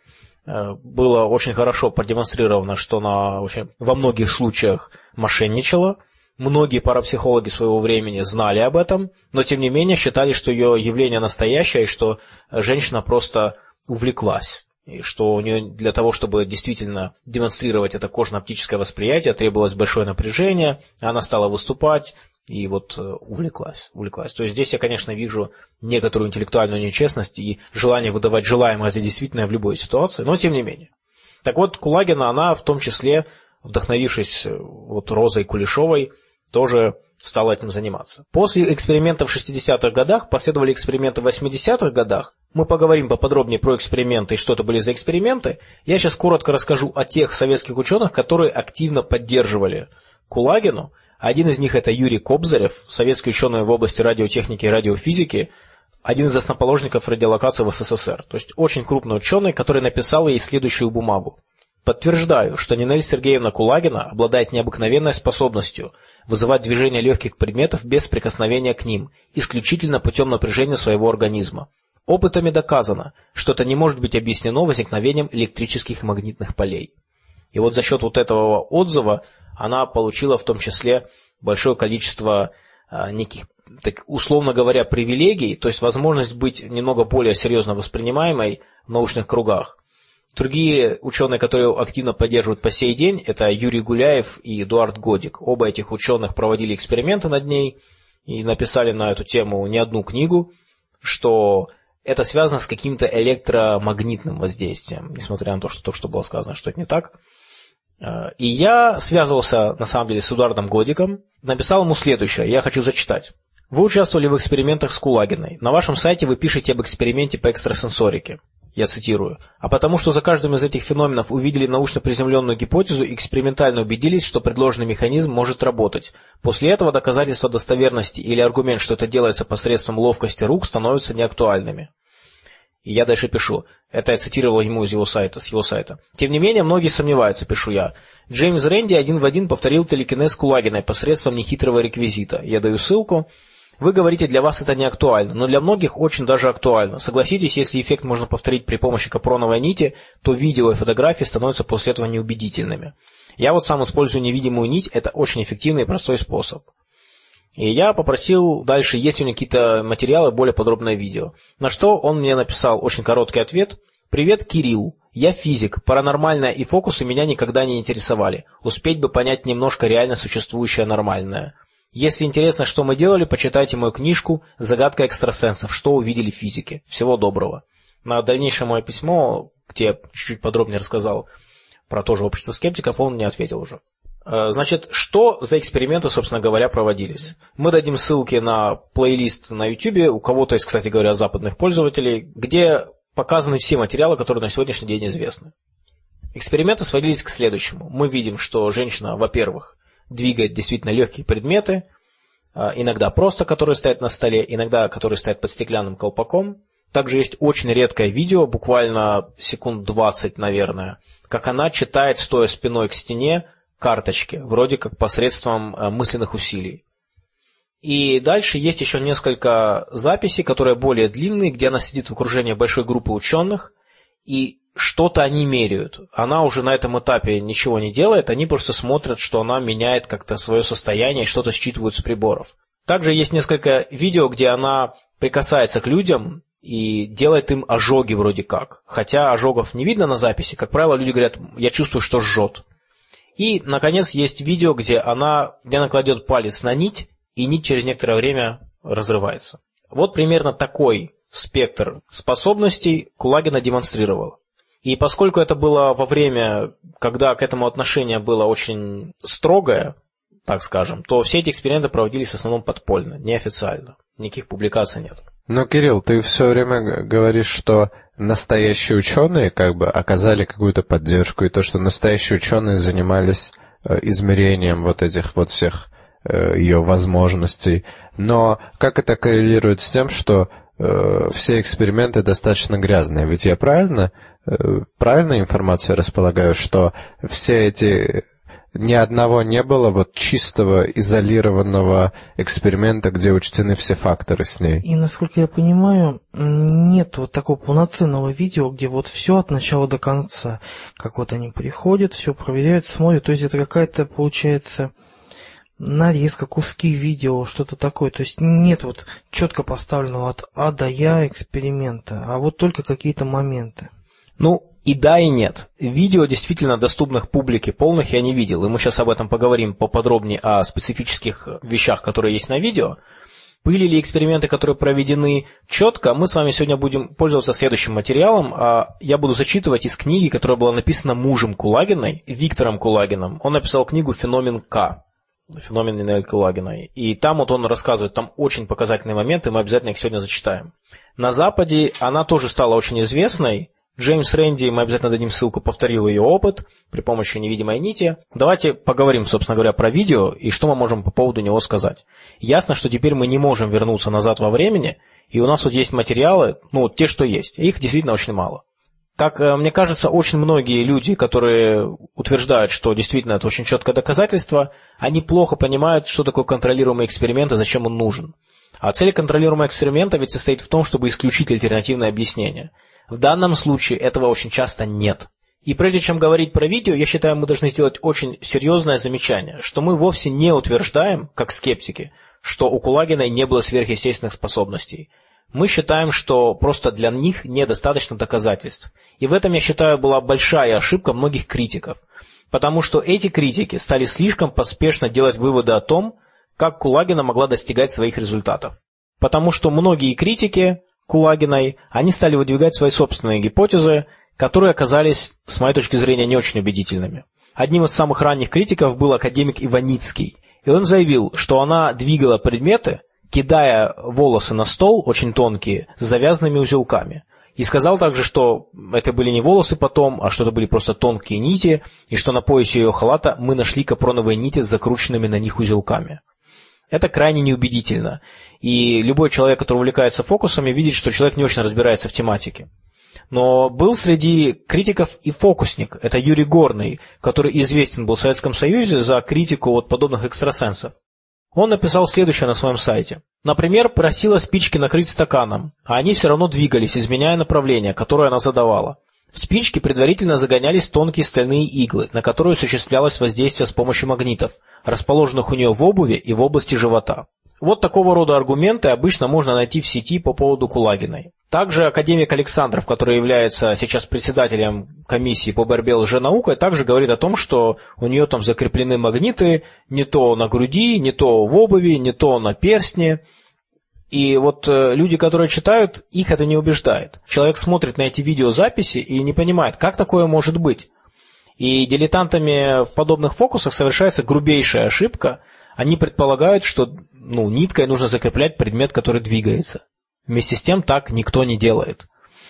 Было очень хорошо продемонстрировано, что она во многих случаях мошенничала. Многие парапсихологи своего времени знали об этом, но тем не менее считали, что ее явление настоящее, и что женщина просто увлеклась. И что у нее для того, чтобы действительно демонстрировать это кожно-оптическое восприятие, требовалось большое напряжение, она стала выступать и вот увлеклась. То есть здесь я, конечно, вижу некоторую интеллектуальную нечестность и желание выдавать желаемое за действительное в любой ситуации, но тем не менее. Так вот, Кулагина, она в том числе, вдохновившись вот Розой Кулешовой, тоже стала этим заниматься. После экспериментов в 60-х годах последовали эксперименты в 80-х годах. Мы поговорим поподробнее про эксперименты и что это были за эксперименты. Я сейчас коротко расскажу о тех советских ученых, которые активно поддерживали Кулагину. Один из них это Юрий Кобзарев, советский ученый в области радиотехники и радиофизики, один из основоположников радиолокации в СССР. То есть очень крупный ученый, который написал ей следующую бумагу. Подтверждаю, что Нинель Сергеевна Кулагина обладает необыкновенной способностью вызывать движение легких предметов без прикосновения к ним, исключительно путем напряжения своего организма. Опытами доказано, что это не может быть объяснено возникновением электрических и магнитных полей. И вот за счет вот этого отзыва она получила в том числе большое количество неких, так, условно говоря, привилегий, то есть возможность быть немного более серьезно воспринимаемой в научных кругах. Другие ученые, которые активно поддерживают по сей день, это Юрий Гуляев и Эдуард Годик. Оба этих ученых проводили эксперименты над ней и написали на эту тему не одну книгу, что это связано с каким-то электромагнитным воздействием, несмотря на то, что было сказано, что это не так. И я связывался, на самом деле, с Эдуардом Годиком, написал ему следующее, я хочу зачитать. Вы участвовали в экспериментах с Кулагиной. На вашем сайте вы пишете об эксперименте по экстрасенсорике. Я цитирую. «А потому что за каждым из этих феноменов увидели научно приземленную гипотезу и экспериментально убедились, что предложенный механизм может работать. После этого доказательства достоверности или аргумент, что это делается посредством ловкости рук, становятся неактуальными». И я дальше пишу. Это я цитировал ему с его сайта. Тем не менее, многие сомневаются, пишу я. Джеймс Рэнди один в один повторил телекинез Кулагиной посредством нехитрого реквизита. Я даю ссылку. Вы говорите, для вас это не актуально, но для многих очень даже актуально. Согласитесь, если эффект можно повторить при помощи капроновой нити, то видео и фотографии становятся после этого неубедительными. Я вот сам использую невидимую нить, это очень эффективный и простой способ. И я попросил дальше, есть ли у него какие-то материалы, более подробное видео. На что он мне написал очень короткий ответ. «Привет, Кирилл. Я физик. Паранормальное и фокусы меня никогда не интересовали. Успеть бы понять немножко реально существующее нормальное. Если интересно, что мы делали, почитайте мою книжку «Загадка экстрасенсов. Что увидели физики». Всего доброго». На дальнейшее мое письмо, где я чуть-чуть подробнее рассказал про то же общество скептиков, он мне ответил уже. Значит, что за эксперименты, собственно говоря, проводились? Мы дадим ссылки на плейлист на YouTube, у кого-то есть, кстати говоря, западных пользователей, где показаны все материалы, которые на сегодняшний день известны. Эксперименты сводились к следующему. Мы видим, что женщина, во-первых, двигает действительно легкие предметы, иногда просто, которые стоят на столе, иногда, которые стоят под стеклянным колпаком. Также есть очень редкое видео, буквально секунд 20, наверное, как она читает, стоя спиной к стене, карточки, вроде как посредством мысленных усилий. И дальше есть еще несколько записей, которые более длинные, где она сидит в окружении большой группы ученых, и что-то они меряют. Она уже на этом этапе ничего не делает, они просто смотрят, что она меняет как-то свое состояние и что-то считывают с приборов. Также есть несколько видео, где она прикасается к людям и делает им ожоги вроде как. Хотя ожогов не видно на записи, как правило, люди говорят, я чувствую, что жжет. И, наконец, есть видео, где она кладет палец на нить, и нить через некоторое время разрывается. Вот примерно такой спектр способностей Кулагина демонстрировала. И поскольку это было во время, когда к этому отношение было очень строгое, так скажем, то все эти эксперименты проводились в основном подпольно, неофициально. Никаких публикаций нет. Но, Кирилл, ты все время говоришь, что настоящие ученые оказали какую-то поддержку, и то, что настоящие ученые занимались измерением вот этих вот всех ее возможностей. Но как это коррелирует с тем, что все эксперименты достаточно грязные? Ведь я правильной информацией располагаю, что все эти... Ни одного не было вот чистого, изолированного эксперимента, где учтены все факторы с ней. И, насколько я понимаю, нет вот такого полноценного видео, где вот все от начала до конца. Как вот они приходят, все проверяют, смотрят. То есть это какая-то, получается, нарезка, куски видео, что-то такое. То есть нет вот четко поставленного от А до Я эксперимента, а вот только какие-то моменты. И да, и нет. Видео действительно доступных публике полных я не видел, и мы сейчас об этом поговорим поподробнее о специфических вещах, которые есть на видео. Были ли эксперименты, которые проведены четко, мы с вами сегодня будем пользоваться следующим материалом. Я буду зачитывать из книги, которая была написана мужем Кулагиной, Виктором Кулагиным. Он написал книгу «Феномен К». Феномен Нинель Кулагиной. И там вот он рассказывает, там очень показательные моменты, мы обязательно их сегодня зачитаем. На Западе она тоже стала очень известной. Джеймс Рэнди, мы обязательно дадим ссылку, повторил ее опыт при помощи невидимой нити. Давайте поговорим, собственно говоря, про видео и что мы можем по поводу него сказать. Ясно, что теперь мы не можем вернуться назад во времени, и у нас вот есть материалы, те, что есть. Их действительно очень мало. Как мне кажется, очень многие люди, которые утверждают, что действительно это очень четкое доказательство, они плохо понимают, что такое контролируемый эксперимент и зачем он нужен. А цель контролируемого эксперимента ведь состоит в том, чтобы исключить альтернативное объяснение. В данном случае этого очень часто нет. И прежде чем говорить про видео, я считаю, мы должны сделать очень серьезное замечание, что мы вовсе не утверждаем, как скептики, что у Кулагиной не было сверхъестественных способностей. Мы считаем, что просто для них недостаточно доказательств. И в этом, я считаю, была большая ошибка многих критиков. Потому что эти критики стали слишком поспешно делать выводы о том, как Кулагина могла достигать своих результатов. Потому что многие критики Кулагиной, они стали выдвигать свои собственные гипотезы, которые оказались, с моей точки зрения, не очень убедительными. Одним из самых ранних критиков был академик Иваницкий, и он заявил, что она двигала предметы, кидая волосы на стол, очень тонкие, с завязанными узелками. И сказал также, что это были не волосы потом, а что это были просто тонкие нити, и что на поясе ее халата мы нашли капроновые нити с закрученными на них узелками. Это крайне неубедительно. И любой человек, который увлекается фокусами, видит, что человек не очень разбирается в тематике. Но был среди критиков и фокусник. Это Юрий Горный, который известен был в Советском Союзе за критику от подобных экстрасенсов. Он написал следующее на своем сайте. Например, просила спички накрыть стаканом, а они все равно двигались, изменяя направление, которое она задавала. В спички предварительно загонялись тонкие стальные иглы, на которые осуществлялось воздействие с помощью магнитов, расположенных у нее в обуви и в области живота. Вот такого рода аргументы обычно можно найти в сети по поводу Кулагиной. Также академик Александров, который является сейчас председателем комиссии по борьбе с лженаукой, также говорит о том, что у нее там закреплены магниты не то на груди, не то в обуви, не то на перстне. И вот люди, которые читают, их это не убеждает. Человек смотрит на эти видеозаписи и не понимает, как такое может быть. И дилетантами в подобных фокусах совершается грубейшая ошибка. Они предполагают, что ниткой нужно закреплять предмет, который двигается. Вместе с тем так никто не делает.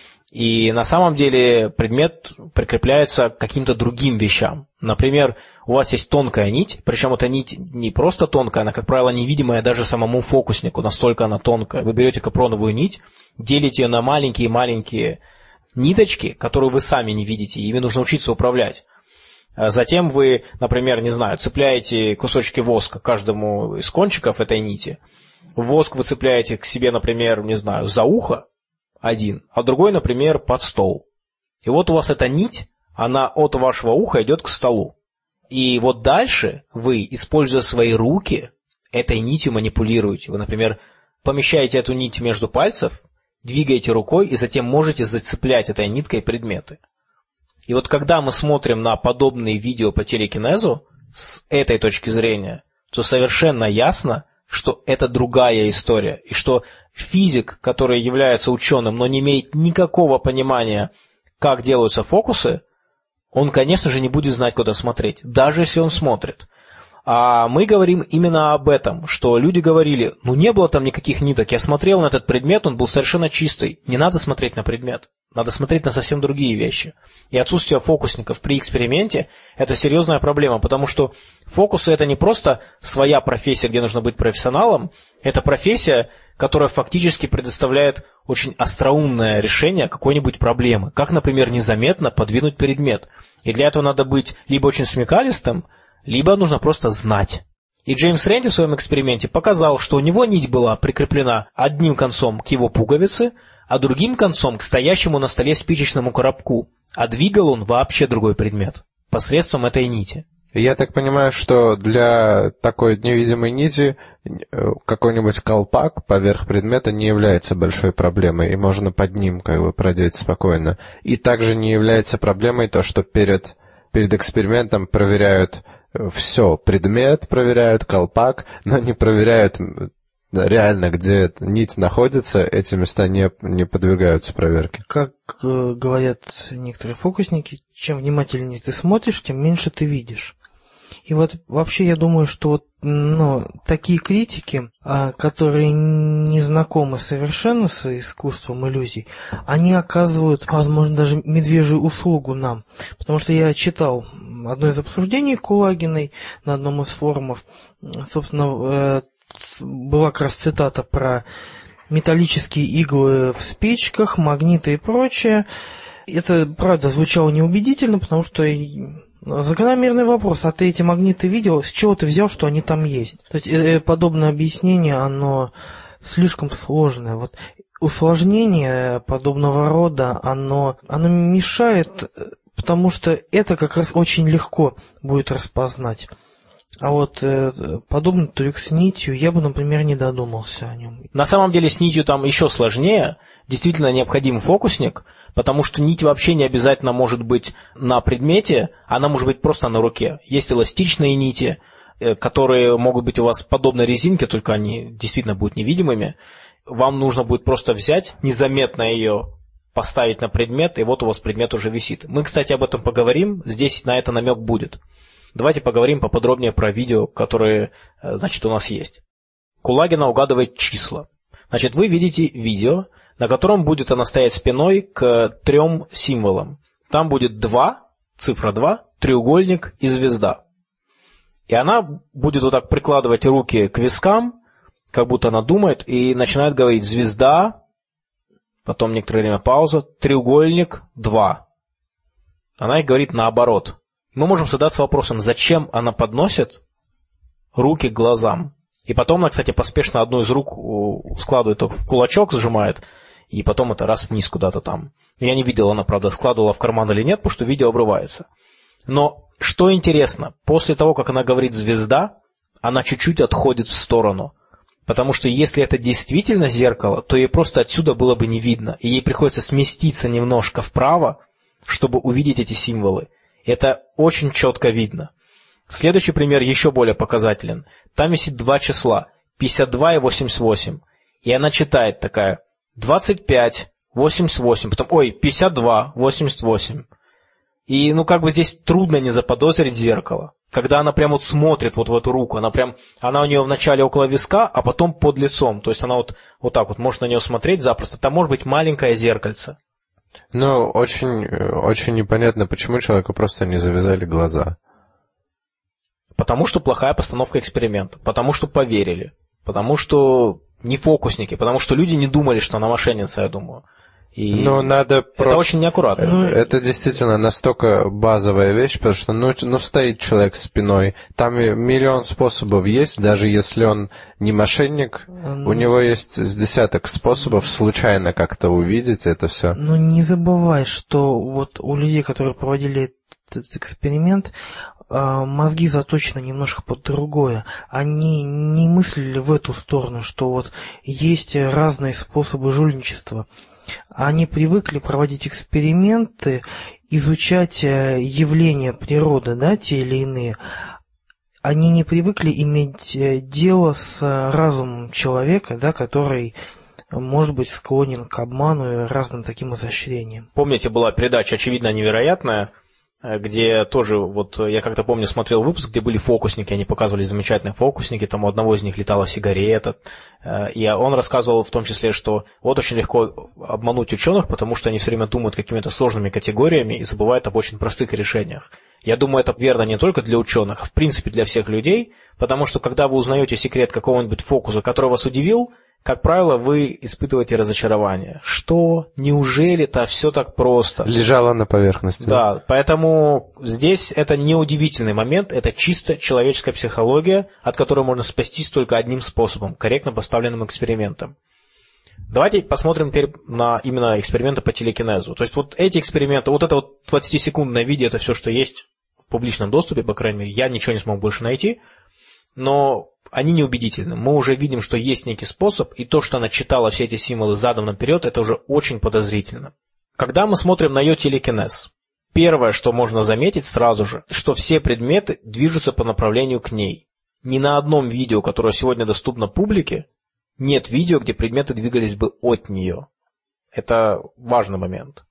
И на самом деле предмет прикрепляется к каким-то другим вещам. Например, у вас есть тонкая нить, причем эта нить не просто тонкая, она, как правило, невидимая даже самому фокуснику, настолько она тонкая. Вы берете капроновую нить, делите ее на маленькие-маленькие ниточки, которые вы сами не видите, и ими нужно учиться управлять. Затем вы, например, цепляете кусочки воска каждому из кончиков этой нити. Воск вы цепляете к себе, например, за ухо один, а другой, например, под стол. И вот у вас эта нить, она от вашего уха идет к столу. И вот дальше вы, используя свои руки, этой нитью манипулируете. Вы, например, помещаете эту нить между пальцев, двигаете рукой и затем можете зацеплять этой ниткой предметы. И вот когда мы смотрим на подобные видео по телекинезу с этой точки зрения, то совершенно ясно, что это другая история, и что физик, который является ученым, но не имеет никакого понимания, как делаются фокусы, он, конечно же, не будет знать, куда смотреть, даже если он смотрит. А мы говорим именно об этом, что люди говорили, не было там никаких ниток, я смотрел на этот предмет, он был совершенно чистый. Не надо смотреть на предмет, надо смотреть на совсем другие вещи. И отсутствие фокусников при эксперименте – это серьезная проблема, потому что фокусы – это не просто своя профессия, где нужно быть профессионалом, это профессия, которая фактически предоставляет очень остроумное решение какой-нибудь проблемы, как, например, незаметно подвинуть предмет. И для этого надо быть либо очень смекалистым, либо нужно просто знать. И Джеймс Рэнди в своем эксперименте показал, что у него нить была прикреплена одним концом к его пуговице, а другим концом к стоящему на столе спичечному коробку, а двигал он вообще другой предмет посредством этой нити. Я так понимаю, что для такой невидимой нити какой-нибудь колпак поверх предмета не является большой проблемой, и можно под ним продеть спокойно. И также не является проблемой то, что перед экспериментом проверяют все, предмет проверяют, колпак, но не проверяют реально, где нить находится, эти места не подвергаются проверке. Как говорят некоторые фокусники, чем внимательнее ты смотришь, тем меньше ты видишь. И вот вообще я думаю, что такие критики, которые не знакомы совершенно с искусством иллюзий, они оказывают, возможно, даже медвежью услугу нам. Потому что я читал одно из обсуждений Кулагиной на одном из форумов. Собственно, была как раз цитата про металлические иглы в спичках, магниты и прочее. Это, правда, звучало неубедительно, потому что закономерный вопрос: а ты эти магниты видел? С чего ты взял, что они там есть? То есть подобное объяснение, оно слишком сложное. Вот усложнение подобного рода, оно мешает, потому что это как раз очень легко будет распознать. А вот подобный трюк с нитью, я бы, например, не додумался о нем. На самом деле с нитью там еще сложнее. Действительно необходим фокусник, потому что нить вообще не обязательно может быть на предмете, она может быть просто на руке. Есть эластичные нити, которые могут быть у вас подобно резинке, только они действительно будут невидимыми. Вам нужно будет просто взять, незаметно ее поставить на предмет, и вот у вас предмет уже висит. Мы, кстати, об этом поговорим, здесь на это намек будет. Давайте поговорим поподробнее про видео, которые, у нас есть. Кулагина угадывает числа. Вы видите видео, на котором будет она стоять спиной к 3 символам. Там будет 2, цифра 2, треугольник и звезда. И она будет вот так прикладывать руки к вискам, как будто она думает, и начинает говорить звезда, потом некоторое время пауза, треугольник 2. Она и говорит наоборот. Мы можем задаться вопросом, зачем она подносит руки к глазам. И потом она, кстати, поспешно одну из рук складывает в кулачок, сжимает, и потом это раз вниз куда-то там. Я не видел, она, правда, складывала в карман или нет, потому что видео обрывается. Но что интересно, после того, как она говорит «звезда», она чуть-чуть отходит в сторону. Потому что если это действительно зеркало, то ей просто отсюда было бы не видно. И ей приходится сместиться немножко вправо, чтобы увидеть эти символы. Это очень четко видно. Следующий пример еще более показателен. Там висит 2 числа, 52 и 88. И она читает такая 25, 88, потом 52, 88. И здесь трудно не заподозрить зеркало. Когда она прям смотрит в эту руку, она у нее вначале около виска, а потом под лицом. То есть она вот так может на нее смотреть запросто. Там может быть маленькое зеркальце. Очень, очень непонятно, почему человеку просто не завязали глаза. Потому что плохая постановка эксперимента, потому что поверили, потому что не фокусники, потому что люди не думали, что она мошенница, я думаю. И надо это просто... очень неаккуратно. Это действительно настолько базовая вещь, потому что, стоит человек спиной, там миллион способов есть, даже если он не мошенник, у него есть с десяток способов случайно как-то увидеть это все. Не забывай, что у людей, которые проводили этот эксперимент, мозги заточены немножко под другое. Они не мыслили в эту сторону, что вот есть разные способы жульничества. Они привыкли проводить эксперименты, изучать явления природы, да, те или иные. Они не привыкли иметь дело с разумом человека, да, который может быть склонен к обману и разным таким изощрениям. Помните, была передача «Очевидно невероятная», где тоже, вот я как-то помню, смотрел выпуск, где были фокусники, они показывали замечательные фокусники, там у одного из них летала сигарета, и он рассказывал в том числе, что вот очень легко обмануть ученых, потому что они все время думают какими-то сложными категориями и забывают об очень простых решениях. Я думаю, это верно не только для ученых, а в принципе для всех людей, потому что когда вы узнаете секрет какого-нибудь фокуса, который вас удивил, как правило, вы испытываете разочарование. Что? Неужели-то все так просто? Лежало на поверхности. Да, поэтому здесь это не удивительный момент, это чисто человеческая психология, от которой можно спастись только одним способом – корректно поставленным экспериментом. Давайте посмотрим теперь на именно эксперименты по телекинезу. То есть вот эти эксперименты, вот это вот 20-секундное видео, это все, что есть в публичном доступе, по крайней мере, я ничего не смог больше найти, но они неубедительны. Мы уже видим, что есть некий способ, и то, что она читала все эти символы задом наперед, это уже очень подозрительно. Когда мы смотрим на ее телекинез, первое, что можно заметить сразу же, что все предметы движутся по направлению к ней. Ни на одном видео, которое сегодня доступно публике, нет видео, где предметы двигались бы от нее. Это важный момент.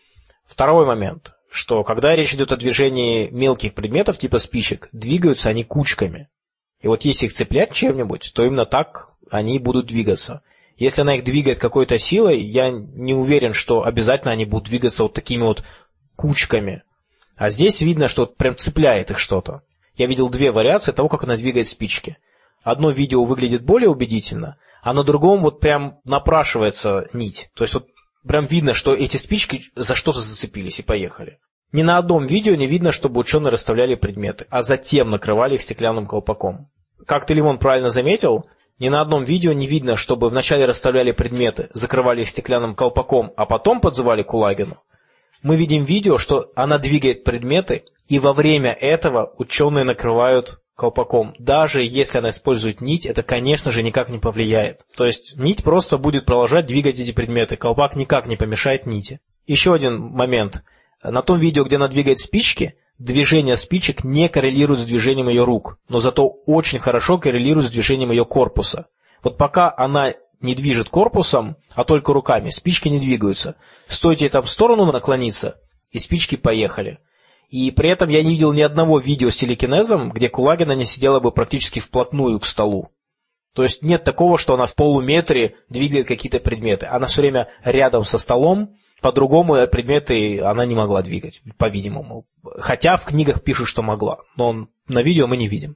Второй момент, что когда речь идет о движении мелких предметов типа спичек, двигаются они кучками. И вот если их цеплять чем-нибудь, то именно так они будут двигаться. Если она их двигает какой-то силой, я не уверен, что обязательно они будут двигаться вот такими вот кучками. А здесь видно, что прям цепляет их что-то. Я видел две вариации того, как она двигает спички. Одно видео выглядит более убедительно, а на другом вот прям напрашивается нить. То есть вот прям видно, что эти спички за что-то зацепились и поехали. Ни на одном видео не видно, чтобы ученые расставляли предметы, а затем накрывали их стеклянным колпаком. Как ты, Лимон, правильно заметил, ни на одном видео не видно, чтобы вначале расставляли предметы, закрывали их стеклянным колпаком, а потом подзывали Кулагину. Мы видим видео, что она двигает предметы, и во время этого ученые накрывают колпаком. Даже если она использует нить, это, конечно же, никак не повлияет. То есть нить просто будет продолжать двигать эти предметы, колпак никак не помешает нити. Еще один момент. На том видео, где она двигает спички, движение спичек не коррелирует с движением ее рук, но зато очень хорошо коррелирует с движением ее корпуса. Вот пока она не движет корпусом, а только руками, спички не двигаются. Стоит ей там в сторону наклониться, и спички поехали. И при этом я не видел ни одного видео с телекинезом, где Кулагина не сидела бы практически вплотную к столу. То есть нет такого, что она в полуметре двигает какие-то предметы. Она все время рядом со столом. По-другому предметы она не могла двигать, по-видимому. Хотя в книгах пишут, что могла, но на видео мы не видим.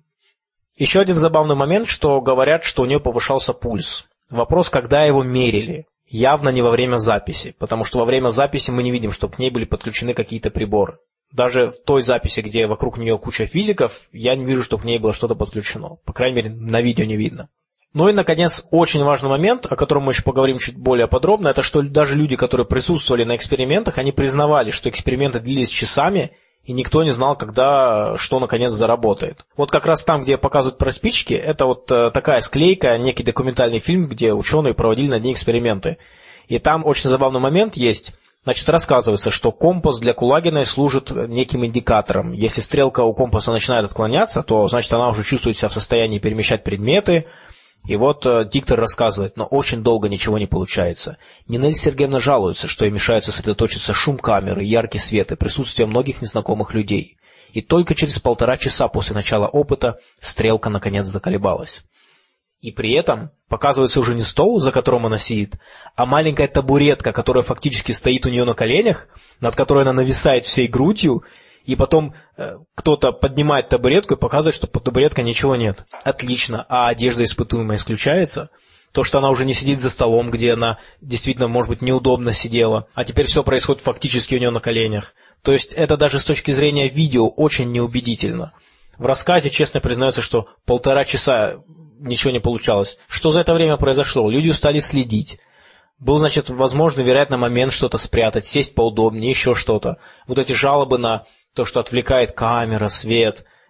Еще один забавный момент, что говорят, что у нее повышался пульс. Вопрос, когда его мерили. Явно не во время записи, потому что во время записи мы не видим, чтобы к ней были подключены какие-то приборы. Даже в той записи, где вокруг нее куча физиков, я не вижу, чтобы к ней было что-то подключено. По крайней мере, на видео не видно. Ну и, наконец, очень важный момент, о котором мы еще поговорим чуть более подробно, это что даже люди, которые присутствовали на экспериментах, они признавали, что эксперименты длились часами, и никто не знал, когда что наконец заработает. Вот как раз там, где показывают про спички, это вот такая склейка, некий документальный фильм, где ученые проводили над ней эксперименты. И там очень забавный момент есть. Значит, рассказывается, что компас для Кулагиной служит неким индикатором. Если стрелка у компаса начинает отклоняться, то, значит, она уже чувствует себя в состоянии перемещать предметы. И вот диктор рассказывает, но очень долго ничего не получается. Нинель Сергеевна жалуется, что ей мешает сосредоточиться шум камеры, яркий свет и присутствие многих незнакомых людей. И только через 1,5 часа после начала опыта стрелка наконец заколебалась. И при этом показывается уже не стол, за которым она сидит, а маленькая табуретка, которая фактически стоит у нее на коленях, над которой она нависает всей грудью, и потом кто-то поднимает табуретку и показывает, что под табуреткой ничего нет. Отлично. А одежда испытуемая исключается? То, что она уже не сидит за столом, где она действительно, может быть, неудобно сидела, а теперь все происходит фактически у нее на коленях. То есть это даже с точки зрения видео очень неубедительно. В рассказе честно признается, что 1,5 часа ничего не получалось. Что за это время произошло? Люди стали следить. Был, значит, возможно, вероятно, момент что-то спрятать, сесть поудобнее, еще что-то. Вот эти жалобы на то, что отвлекает камера, свет.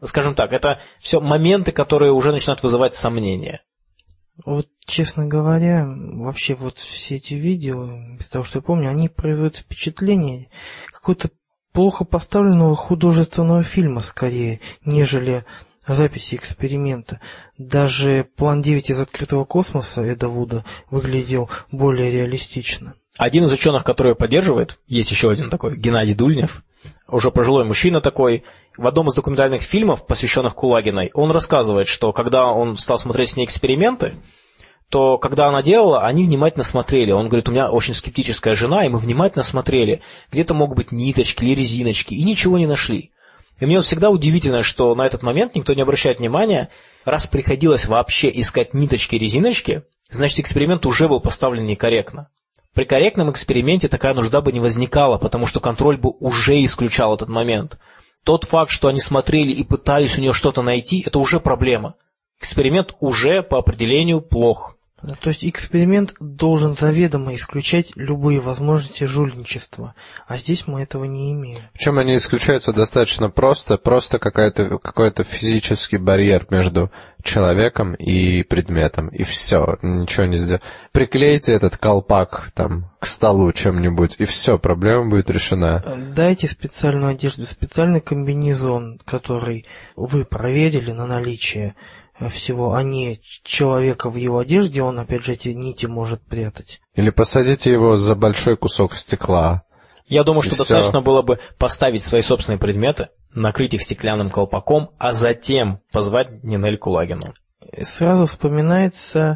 Скажем так, это все моменты, которые уже начинают вызывать сомнения. Вот, честно говоря, вообще вот все эти видео, из того, что я помню, они производят впечатление какого-то плохо поставленного художественного фильма скорее, нежели записи эксперимента. Даже план 9 из открытого космоса Эда Вуда выглядел более реалистично. Один из ученых, который поддерживает, есть еще один такой, Геннадий Дульнев, уже пожилой мужчина такой, в одном из документальных фильмов, посвященных Кулагиной, он рассказывает, что когда он стал смотреть с ней эксперименты, то когда она делала, они внимательно смотрели. Он говорит, у меня очень скептическая жена, и мы внимательно смотрели. Где-то могут быть ниточки или резиночки, и ничего не нашли. И мне вот всегда удивительно, что на этот момент никто не обращает внимания. Раз приходилось вообще искать ниточки и резиночки, значит, эксперимент уже был поставлен некорректно. При корректном эксперименте такая нужда бы не возникала, потому что контроль бы уже исключал этот момент. Тот факт, что они смотрели и пытались у нее что-то найти, это уже проблема. Эксперимент уже по определению плох. То есть эксперимент должен заведомо исключать любые возможности жульничества, а здесь мы этого не имеем. Причем они исключаются достаточно просто какой-то физический барьер между человеком и предметом, и все, ничего не сделать. Приклейте этот колпак там к столу чем-нибудь, и все, проблема будет решена. Дайте специальную одежду, специальный комбинезон, который вы проверили на наличие всего, а не человека в его одежде, он опять же эти нити может прятать. Или посадите его за большой кусок стекла. Я думаю, что достаточно было бы поставить свои собственные предметы, накрыть их стеклянным колпаком, а затем позвать Нинель Кулагину. Сразу вспоминается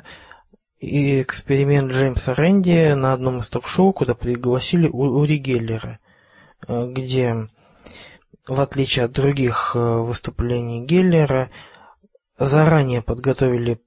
и эксперимент Джеймса Рэнди на одном из ток-шоу, куда пригласили Ури Геллера, где, в отличие от других выступлений Геллера, заранее подготовили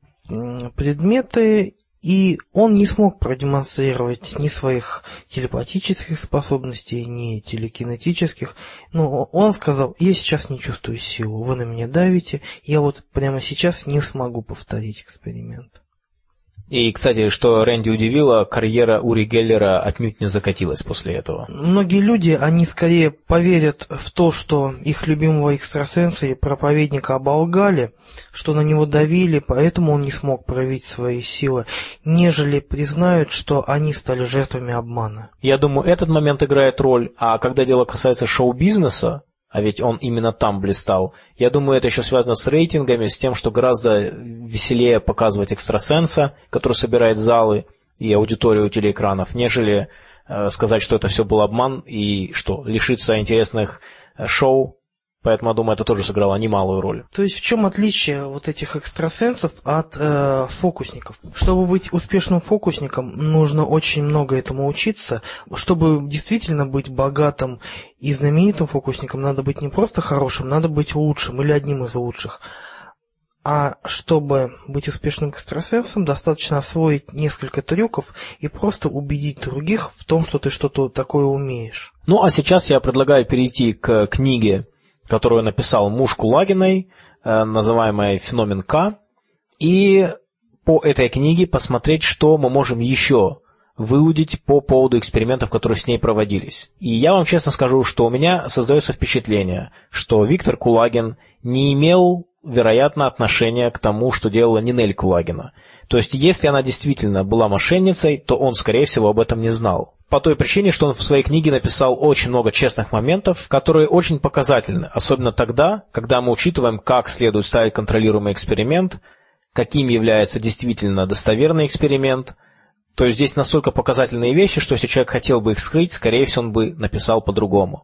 предметы, и он не смог продемонстрировать ни своих телепатических способностей, ни телекинетических. Но он сказал, я сейчас не чувствую силу, вы на меня давите, я вот прямо сейчас не смогу повторить эксперимент. И, кстати, что Рэнди удивило, карьера Ури Геллера отнюдь не закатилась после этого. Многие люди, они скорее поверят в то, что их любимого экстрасенса и проповедника оболгали, что на него давили, поэтому он не смог проявить свои силы, нежели признают, что они стали жертвами обмана. Я думаю, этот момент играет роль, а когда дело касается шоу-бизнеса, а ведь он именно там блистал, я думаю, это еще связано с рейтингами, с тем, что гораздо веселее показывать экстрасенса, который собирает залы и аудиторию телеэкранов, нежели сказать, что это все был обман и что, лишиться интересных шоу. Поэтому, я думаю, это тоже сыграло немалую роль. То есть в чем отличие вот этих экстрасенсов от фокусников? Чтобы быть успешным фокусником, нужно очень много этому учиться. Чтобы действительно быть богатым и знаменитым фокусником, надо быть не просто хорошим, надо быть лучшим или одним из лучших. А чтобы быть успешным экстрасенсом, достаточно освоить несколько трюков и просто убедить других в том, что ты что-то такое умеешь. Ну, а сейчас я предлагаю перейти к книге, которую написал муж Кулагиной, называемая «Феномен К», и по этой книге посмотреть, что мы можем еще выудить по поводу экспериментов, которые с ней проводились. И я вам честно скажу, что у меня создается впечатление, что Виктор Кулагин не имел, вероятно, отношения к тому, что делала Нинель Кулагина. То есть, если она действительно была мошенницей, то он, скорее всего, об этом не знал. По той причине, что он в своей книге написал очень много честных моментов, которые очень показательны, особенно тогда, когда мы учитываем, как следует ставить контролируемый эксперимент, каким является действительно достоверный эксперимент. То есть здесь настолько показательные вещи, что если человек хотел бы их скрыть, скорее всего, он бы написал по-другому.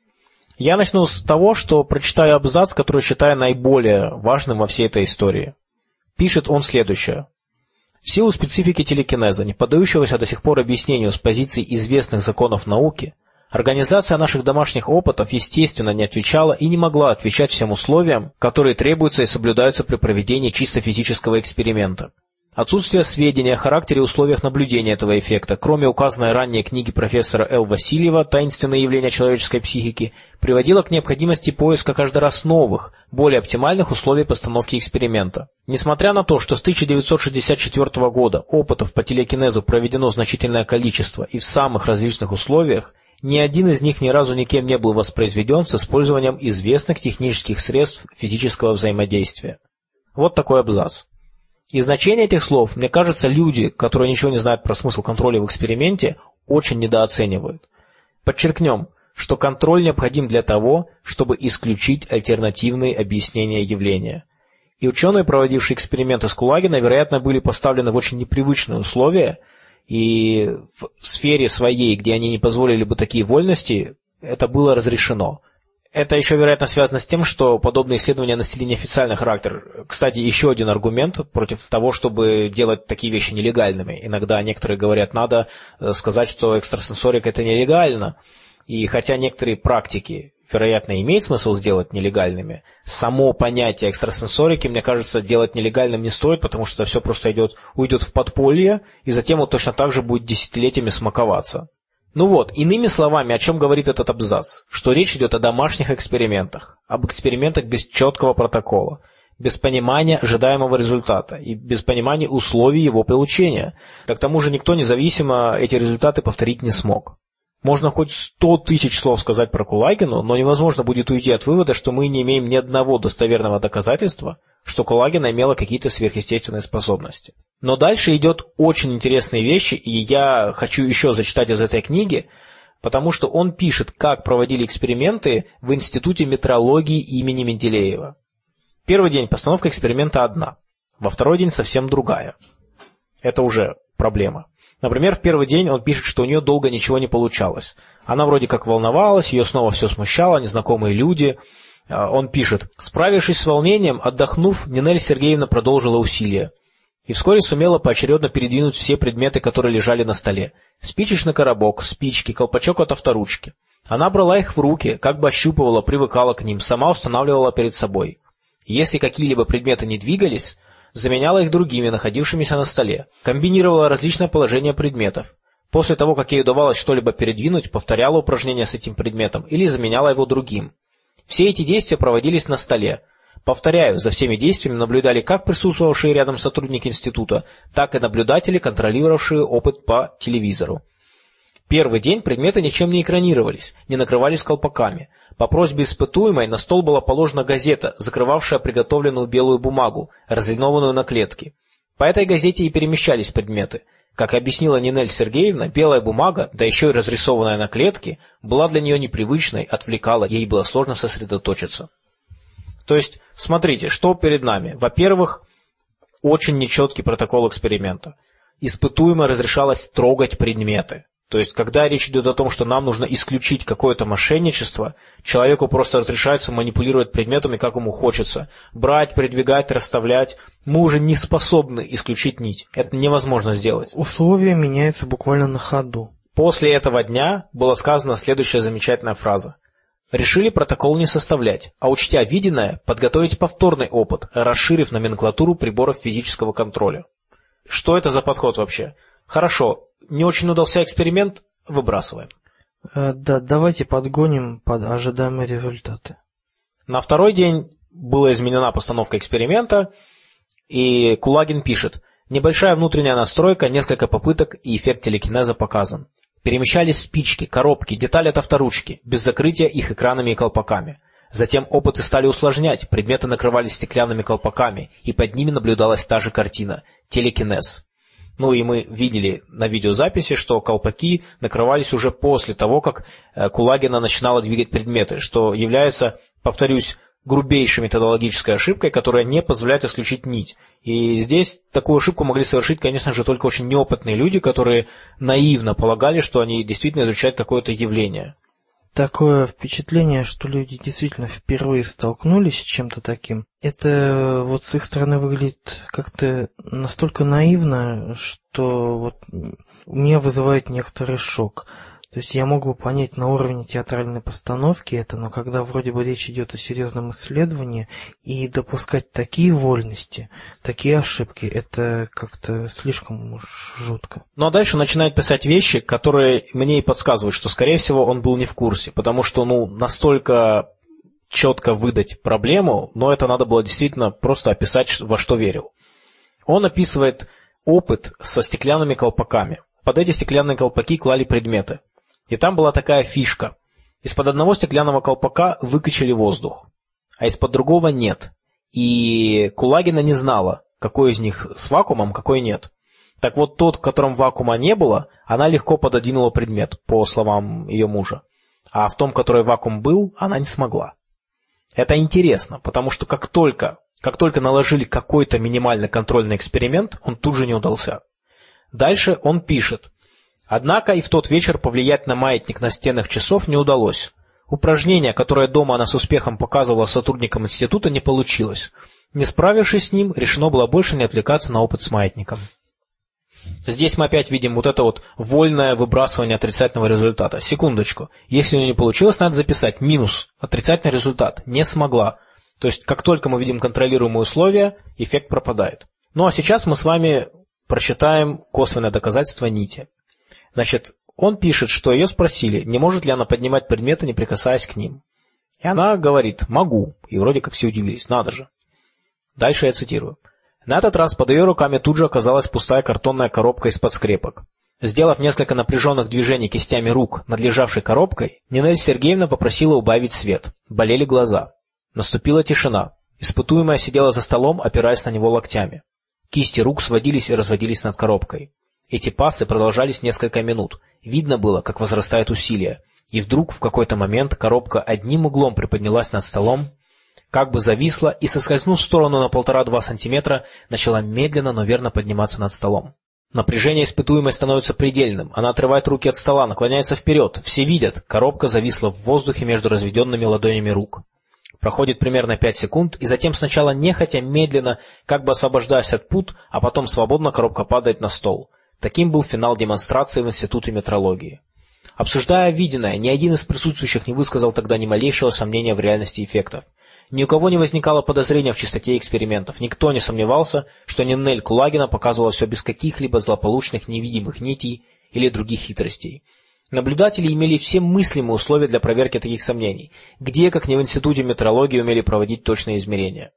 Я начну с того, что прочитаю абзац, который считаю наиболее важным во всей этой истории. Пишет он следующее. В силу специфики телекинеза, не поддающегося до сих пор объяснению с позиций известных законов науки, организация наших домашних опытов, естественно, не отвечала и не могла отвечать всем условиям, которые требуются и соблюдаются при проведении чисто физического эксперимента. Отсутствие сведений о характере и условиях наблюдения этого эффекта, кроме указанной ранее книги профессора Л. Васильева «Таинственные явления человеческой психики», приводило к необходимости поиска каждый раз новых, более оптимальных условий постановки эксперимента. Несмотря на то, что с 1964 года опытов по телекинезу проведено значительное количество и в самых различных условиях, Ни один из них ни разу никем не был воспроизведен с использованием известных технических средств физического взаимодействия. Вот такой абзац. И значение этих слов, мне кажется, люди, которые ничего не знают про смысл контроля в эксперименте, очень недооценивают. Подчеркнем, что контроль необходим для того, чтобы исключить альтернативные объяснения явления. И ученые, проводившие эксперименты с Кулагиной, вероятно, были поставлены в очень непривычные условия, и в сфере своей, где они не позволили бы такие вольности, это было разрешено. Это еще, вероятно, связано с тем, что подобные исследования носили неофициальный характер. Кстати, еще один аргумент против того, чтобы делать такие вещи нелегальными. Иногда некоторые говорят, надо сказать, что экстрасенсорика – это нелегально. И хотя некоторые практики, вероятно, имеет смысл сделать нелегальными, само понятие экстрасенсорики, мне кажется, делать нелегальным не стоит, потому что это все просто уйдет в подполье, и затем вот точно так же будет десятилетиями смаковаться. Ну вот, иными словами, о чем говорит этот абзац? Что речь идет о домашних экспериментах, об экспериментах без четкого протокола, без понимания ожидаемого результата и без понимания условий его получения. Да к тому же никто независимо эти результаты повторить не смог. Можно хоть 100 тысяч слов сказать про Кулагину, но невозможно будет уйти от вывода, что мы не имеем ни одного достоверного доказательства, что Кулагина имела какие-то сверхъестественные способности. Но дальше идет очень интересные вещи, и я хочу еще зачитать из этой книги, потому что он пишет, как проводили эксперименты в Институте метрологии имени Менделеева. Первый день постановка эксперимента одна, во второй день совсем другая. Это уже проблема. Например, в первый день он пишет, что у нее долго ничего не получалось. Она вроде как волновалась, ее снова все смущало, незнакомые люди. Он пишет: «Справившись с волнением, отдохнув, Нинель Сергеевна продолжила усилия. И вскоре сумела поочередно передвинуть все предметы, которые лежали на столе. Спичечный коробок, спички, колпачок от авторучки. Она брала их в руки, как бы ощупывала, привыкала к ним, сама устанавливала перед собой. Если какие-либо предметы не двигались, заменяла их другими, находившимися на столе, комбинировала различные положения предметов. После того, как ей удавалось что-либо передвинуть, повторяла упражнения с этим предметом или заменяла его другим. Все эти действия проводились на столе. Повторяю, за всеми действиями наблюдали как присутствовавшие рядом сотрудники института, так и наблюдатели, контролировавшие опыт по телевизору. Первый день предметы ничем не экранировались, не накрывались колпаками. По просьбе испытуемой на стол была положена газета, закрывавшая приготовленную белую бумагу, разлинованную на клетки. По этой газете и перемещались предметы. Как объяснила Нинель Сергеевна, белая бумага, да еще и разрисованная на клетке, была для нее непривычной, отвлекала, ей было сложно сосредоточиться. То есть, смотрите, что перед нами. Во-первых, очень нечеткий протокол эксперимента. Испытуемой разрешалось трогать предметы. То есть, когда речь идет о том, что нам нужно исключить какое-то мошенничество, человеку просто разрешается манипулировать предметами, как ему хочется. Брать, передвигать, расставлять. Мы уже не способны исключить нить. Это невозможно сделать. Условия меняются буквально на ходу. После этого дня была сказана следующая замечательная фраза. Решили протокол не составлять, а учтя виденное, подготовить повторный опыт, расширив номенклатуру приборов физического контроля. Что это за подход вообще? Хорошо, не очень удался эксперимент, выбрасываем. Да, давайте подгоним под ожидаемые результаты. На второй день была изменена постановка эксперимента, и Кулагин пишет: небольшая внутренняя настройка, несколько попыток и эффект телекинеза показан. Перемещались спички, коробки, детали от авторучки, без закрытия их экранами и колпаками. Затем опыты стали усложнять, предметы накрывались стеклянными колпаками, и под ними наблюдалась та же картина – телекинез. Ну и мы видели на видеозаписи, что колпаки накрывались уже после того, как Кулагина начинала двигать предметы, что является, повторюсь, грубейшей методологической ошибкой, которая не позволяет исключить нить. И здесь такую ошибку могли совершить, конечно же, только очень неопытные люди, которые наивно полагали, что они действительно изучают какое-то явление. Такое впечатление, что люди действительно впервые столкнулись с чем-то таким. Это вот с их стороны выглядит как-то настолько наивно, что вот у меня вызывает некоторый шок. То есть я мог бы понять на уровне театральной постановки это, но когда вроде бы речь идет о серьезном исследовании, и допускать такие вольности, такие ошибки, это как-то слишком уж жутко. Ну а дальше начинает писать вещи, которые мне и подсказывают, что, скорее всего, он был не в курсе, потому что, настолько четко выдать проблему, но это надо было действительно просто описать, во что верил. Он описывает опыт со стеклянными колпаками. Под эти стеклянные колпаки клали предметы. И там была такая фишка. Из-под одного стеклянного колпака выкачали воздух, а из-под другого нет. И Кулагина не знала, какой из них с вакуумом, какой нет. Так вот, тот, в котором вакуума не было, она легко пододвинула предмет, по словам ее мужа. А в том, который вакуум был, она не смогла. Это интересно, потому что как только наложили какой-то минимальный контрольный эксперимент, он тут же не удался. Дальше он пишет. Однако и в тот вечер повлиять на маятник настенных часов не удалось. Упражнение, которое дома она с успехом показывала сотрудникам института, не получилось. Не справившись с ним, решено было больше не отвлекаться на опыт с маятником. Здесь мы опять видим вот это вот вольное выбрасывание отрицательного результата. Секундочку. Если не получилось, надо записать минус. Отрицательный результат. Не смогла. То есть, как только мы видим контролируемые условия, эффект пропадает. Ну а сейчас мы с вами прочитаем косвенное доказательство нити. Значит, он пишет, что ее спросили, не может ли она поднимать предметы, не прикасаясь к ним. И она говорит «могу». И вроде как все удивились. Надо же. Дальше я цитирую. На этот раз под ее руками тут же оказалась пустая картонная коробка из-под скрепок. Сделав несколько напряженных движений кистями рук над лежавшей коробкой, Нинель Сергеевна попросила убавить свет. Болели глаза. Наступила тишина. Испытуемая сидела за столом, опираясь на него локтями. Кисти рук сводились и разводились над коробкой. Эти пассы продолжались несколько минут. Видно было, как возрастает усилие. И вдруг в какой-то момент коробка одним углом приподнялась над столом, как бы зависла и, соскользнув в сторону на 1,5-2 сантиметра, начала медленно, но верно подниматься над столом. Напряжение испытуемой становится предельным. Она отрывает руки от стола, наклоняется вперед. Все видят, коробка зависла в воздухе между разведенными ладонями рук. Проходит примерно 5 секунд, и затем сначала нехотя, медленно, как бы освобождаясь от пут, а потом свободно коробка падает на стол. Таким был финал демонстрации в Институте метрологии. Обсуждая виденное, ни один из присутствующих не высказал тогда ни малейшего сомнения в реальности эффектов. Ни у кого не возникало подозрения в чистоте экспериментов, никто не сомневался, что Нинель Кулагина показывала все без каких-либо злополучных невидимых нитей или других хитростей. Наблюдатели имели все мыслимые условия для проверки таких сомнений, где, как не в Институте метрологии, умели проводить точные измерения.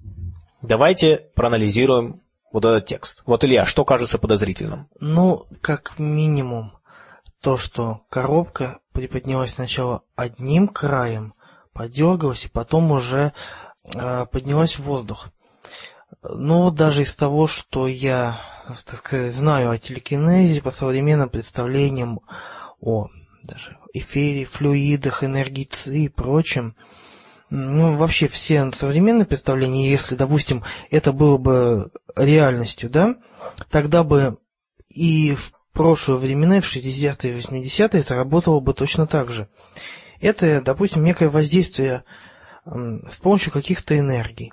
Давайте проанализируем вот этот текст. Вот, Илья, что кажется подозрительным? Ну, как минимум, то, что коробка приподнялась сначала одним краем, подергалась и потом уже поднялась в воздух. Ну, вот даже из того, что я, так сказать, знаю о телекинезе по современным представлениям о даже эфире, флюидах, энергии и прочем, ну, вообще все современные представления, если, допустим, это было бы реальностью, да, тогда бы и в прошлые времена, в 60-е и 80-е, это работало бы точно так же. Это, допустим, некое воздействие с помощью каких-то энергий,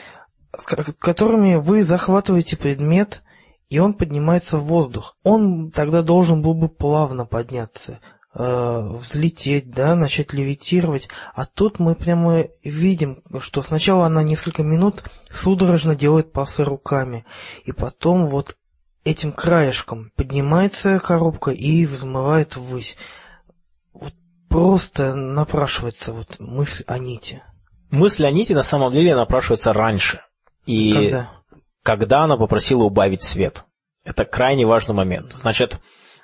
с которыми вы захватываете предмет, и он поднимается в воздух. Он тогда должен был бы плавно подняться, взлететь, да, начать левитировать. А тут мы прямо видим, что сначала она несколько минут судорожно делает пассы руками, и потом вот этим краешком поднимается коробка и взмывает ввысь. Вот просто напрашивается вот мысль о нити. Мысль о нити на самом деле напрашивается раньше. И когда она попросила убавить свет. Это крайне важный момент. Значит,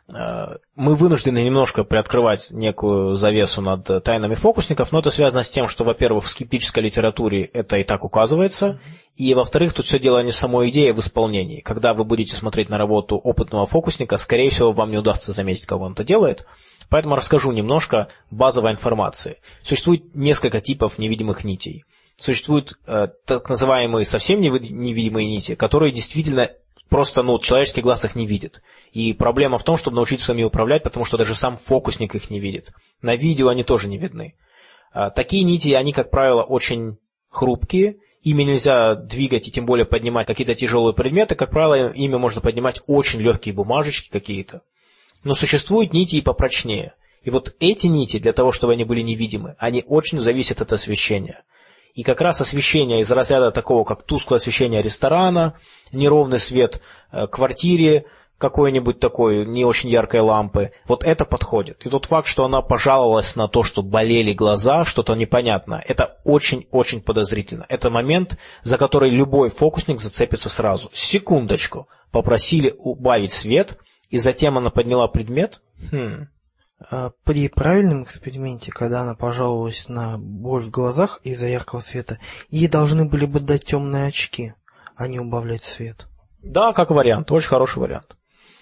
мы вынуждены немножко приоткрывать некую завесу над тайнами фокусников, но это связано с тем, что, во-первых, в скептической литературе это и так указывается, и, во-вторых, тут все дело не в самой идее, а в исполнении. Когда вы будете смотреть на работу опытного фокусника, скорее всего, вам не удастся заметить, как он это делает, поэтому расскажу немножко базовой информации. Существует несколько типов невидимых нитей. Существуют так называемые совсем невидимые нити, которые действительно просто, человеческий глаз их не видит. И проблема в том, чтобы научиться ими управлять, потому что даже сам фокусник их не видит. На видео они тоже не видны. Такие нити, они, как правило, очень хрупкие. Ими нельзя двигать и тем более поднимать какие-то тяжелые предметы. Как правило, ими можно поднимать очень легкие бумажечки какие-то. Но существуют нити и попрочнее. И вот эти нити, для того, чтобы они были невидимы, они очень зависят от освещения. И как раз освещение из разряда такого, как тусклое освещение ресторана, неровный свет квартире, какой-нибудь такой не очень яркой лампы, вот это подходит. И тот факт, что она пожаловалась на то, что болели глаза, что-то непонятное, это очень-очень подозрительно. Это момент, за который любой фокусник зацепится сразу. Секундочку. Попросили убавить свет, и затем она подняла предмет. При правильном эксперименте, когда она пожаловалась на боль в глазах из-за яркого света, ей должны были бы дать темные очки, а не убавлять свет. Да, как вариант, очень хороший вариант.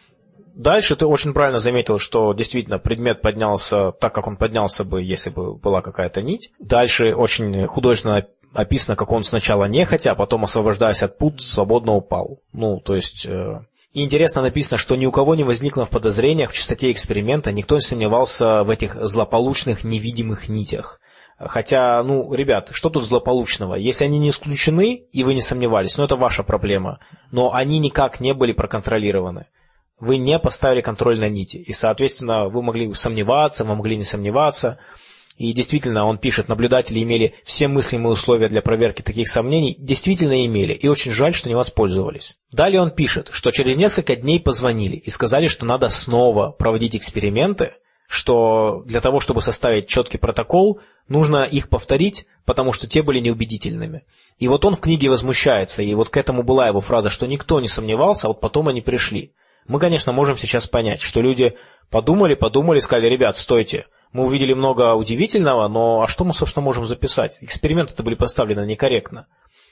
Дальше ты очень правильно заметил, что действительно предмет поднялся так, как он поднялся бы, если бы была какая-то нить. Дальше очень художественно описано, как он сначала нехотя, а потом, освобождаясь от пут, свободно упал. То есть... И интересно написано, что ни у кого не возникло в подозрениях в чистоте эксперимента, никто не сомневался в этих злополучных невидимых нитях. Хотя, ребят, что тут злополучного? Если они не исключены, и вы не сомневались, это ваша проблема. Но они никак не были проконтролированы. Вы не поставили контроль на нити. И, соответственно, вы могли сомневаться, вы могли не сомневаться. И действительно, он пишет, наблюдатели имели все мыслимые условия для проверки таких сомнений, действительно имели, и очень жаль, что не воспользовались. Далее он пишет, что через несколько дней позвонили и сказали, что надо снова проводить эксперименты, что для того, чтобы составить четкий протокол, нужно их повторить, потому что те были неубедительными. И вот он в книге возмущается, и вот к этому была его фраза, что никто не сомневался, а вот потом они пришли. Мы, конечно, можем сейчас понять, что люди подумали, сказали, ребят, стойте, мы увидели много удивительного, но а что мы, собственно, можем записать? Эксперименты-то были поставлены некорректно.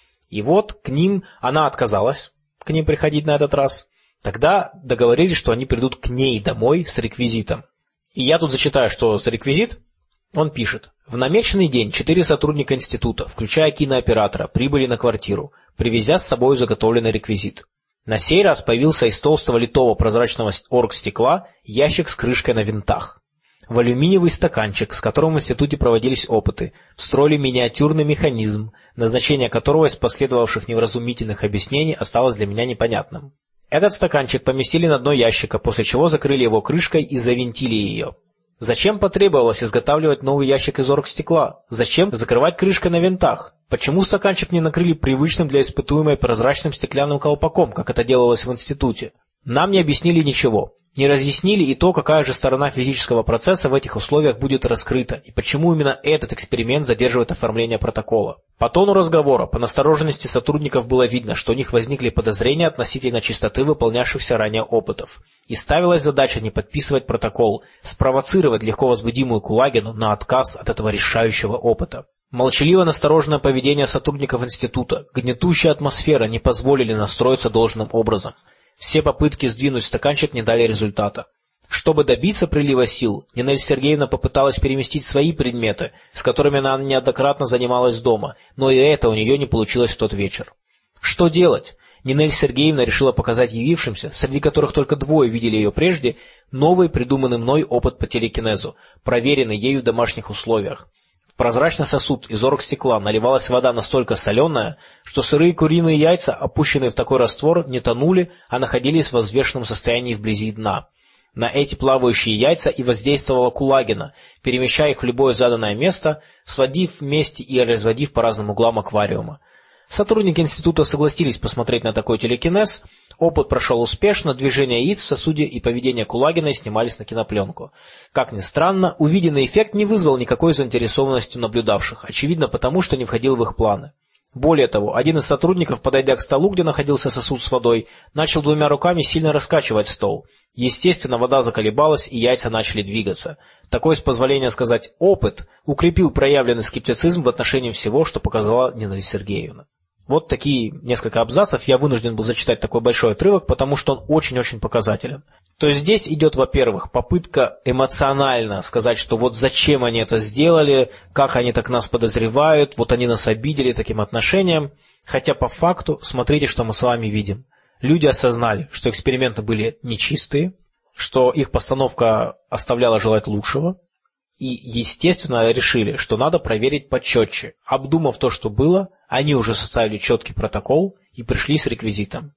И вот к ним, она отказалась к ним приходить на этот раз. Тогда договорились, что они придут к ней домой с реквизитом. И я тут зачитаю, что за реквизит. Он пишет. В намеченный день 4 сотрудника института, включая кинооператора, прибыли на квартиру, привезя с собой заготовленный реквизит. На сей раз появился из толстого литого прозрачного оргстекла ящик с крышкой на винтах. В алюминиевый стаканчик, с которым в институте проводились опыты, встроили миниатюрный механизм, назначение которого из последовавших невразумительных объяснений осталось для меня непонятным. Этот стаканчик поместили на дно ящика, после чего закрыли его крышкой и завинтили ее. Зачем потребовалось изготавливать новый ящик из оргстекла? Зачем закрывать крышкой на винтах? Почему стаканчик не накрыли привычным для испытуемой прозрачным стеклянным колпаком, как это делалось в институте? Нам не объяснили ничего. Не разъяснили и то, какая же сторона физического процесса в этих условиях будет раскрыта, и почему именно этот эксперимент задерживает оформление протокола. По тону разговора, по настороженности сотрудников было видно, что у них возникли подозрения относительно чистоты выполнявшихся ранее опытов. И ставилась задача не подписывать протокол, спровоцировать легко возбудимую Кулагину на отказ от этого решающего опыта. Молчаливо настороженное поведение сотрудников института, гнетущая атмосфера не позволили настроиться должным образом. Все попытки сдвинуть стаканчик не дали результата. Чтобы добиться прилива сил, Нинель Сергеевна попыталась переместить свои предметы, с которыми она неоднократно занималась дома, но и это у нее не получилось в тот вечер. Что делать? Нинель Сергеевна решила показать явившимся, среди которых только 2 видели ее прежде, новый придуманный мной опыт по телекинезу, проверенный ею в домашних условиях. В прозрачный сосуд из оргстекла наливалась вода настолько соленая, что сырые куриные яйца, опущенные в такой раствор, не тонули, а находились в взвешенном состоянии вблизи дна. На эти плавающие яйца и воздействовала Кулагина, перемещая их в любое заданное место, сводив вместе и разводив по разным углам аквариума. Сотрудники института согласились посмотреть на такой телекинез. Опыт прошел успешно, движения яиц в сосуде и поведение Кулагиной снимались на кинопленку. Как ни странно, увиденный эффект не вызвал никакой заинтересованности наблюдавших, очевидно потому, что не входил в их планы. Более того, один из сотрудников, подойдя к столу, где находился сосуд с водой, начал 2 руками сильно раскачивать стол. Естественно, вода заколебалась, и яйца начали двигаться. Такой, с позволения сказать, опыт укрепил проявленный скептицизм в отношении всего, что показала Нинель Сергеевна. Вот такие несколько абзацев. Я вынужден был зачитать такой большой отрывок, потому что он очень-очень показателен. То есть здесь идет, во-первых, попытка эмоционально сказать, что вот зачем они это сделали, как они так нас подозревают, вот они нас обидели таким отношением. Хотя по факту, смотрите, что мы с вами видим. Люди осознали, что эксперименты были нечистые, что их постановка оставляла желать лучшего. И, естественно, решили, что надо проверить почетче. Обдумав то, что было, они уже составили четкий протокол и пришли с реквизитом.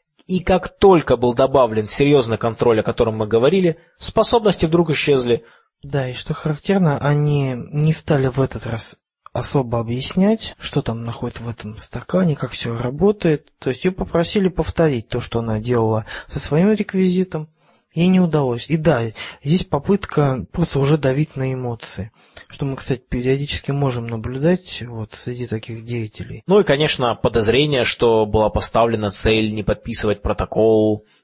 И как только был добавлен серьезный контроль, о котором мы говорили, способности вдруг исчезли. Да, и что характерно, они не стали в этот раз особо объяснять, что там находится в этом стакане, как все работает. То есть ее попросили повторить то, что она делала со своим реквизитом. Ей не удалось. И да, здесь попытка просто уже давить на эмоции, что мы, кстати, периодически можем наблюдать вот среди таких деятелей. Ну и, конечно, подозрение, что была поставлена цель не подписывать протокол,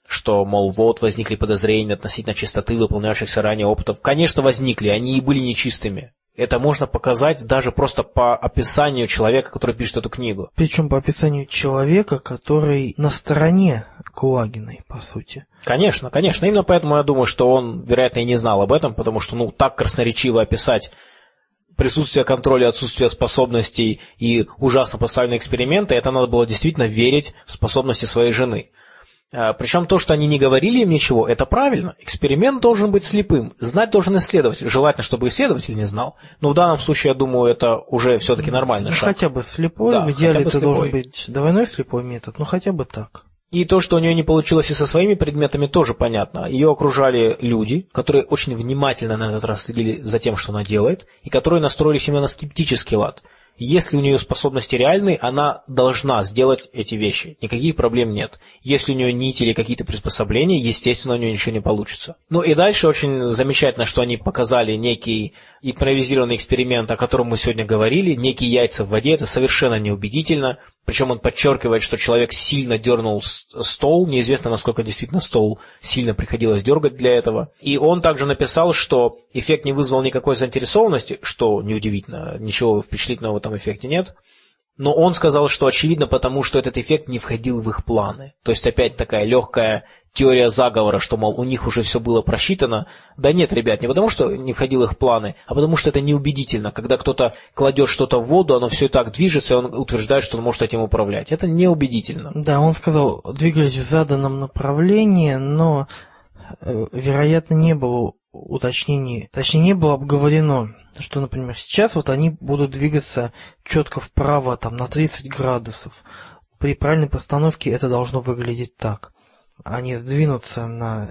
что, мол, вот возникли подозрения относительно чистоты выполнявшихся ранее опытов. Конечно, возникли, они и были нечистыми. Это можно показать даже просто по описанию человека, который пишет эту книгу. Причем по описанию человека, который на стороне Кулагиной, по сути. Конечно, конечно. Именно поэтому я думаю, что он, вероятно, и не знал об этом, потому что, так красноречиво описать присутствие контроля, отсутствие способностей и ужасно поставленные эксперименты, это надо было действительно верить в способности своей жены. Причем то, что они не говорили им ничего, это правильно. Эксперимент должен быть слепым. Знать должен исследователь. Желательно, чтобы исследователь не знал. Но в данном случае, я думаю, это уже все-таки нормальный шаг. Хотя бы слепой. Да, в идеале это должен быть двойной слепой метод, но хотя бы так. И то, что у нее не получилось и со своими предметами, тоже понятно. Ее окружали люди, которые очень внимательно на этот раз следили за тем, что она делает, и которые настроились именно на скептический лад. Если у нее способности реальные, она должна сделать эти вещи. Никаких проблем нет. Если у нее нити или какие-то приспособления, естественно, у нее ничего не получится. И дальше очень замечательно, что они показали некий импровизированный эксперимент, о котором мы сегодня говорили, некие яйца в воде. Это совершенно неубедительно. Причем он подчеркивает, что человек сильно дернул стол. Неизвестно, насколько действительно стол сильно приходилось дергать для этого. И он также написал, что эффект не вызвал никакой заинтересованности, что неудивительно, ничего впечатлительного в этом эффекте нет. Но он сказал, что очевидно потому, что этот эффект не входил в их планы. То есть опять такая легкая теория заговора, что, мол, у них уже все было просчитано. Да нет, ребят, не потому, что не входил в их планы, а потому, что это неубедительно. Когда кто-то кладет что-то в воду, оно все и так движется, и он утверждает, что он может этим управлять. Это неубедительно. Да, он сказал, двигались в заданном направлении, но, вероятно, не было уточнений, точнее, не было обговорено, что, например, сейчас они будут двигаться четко вправо на 30 градусов. При правильной постановке это должно выглядеть так. Они сдвинутся на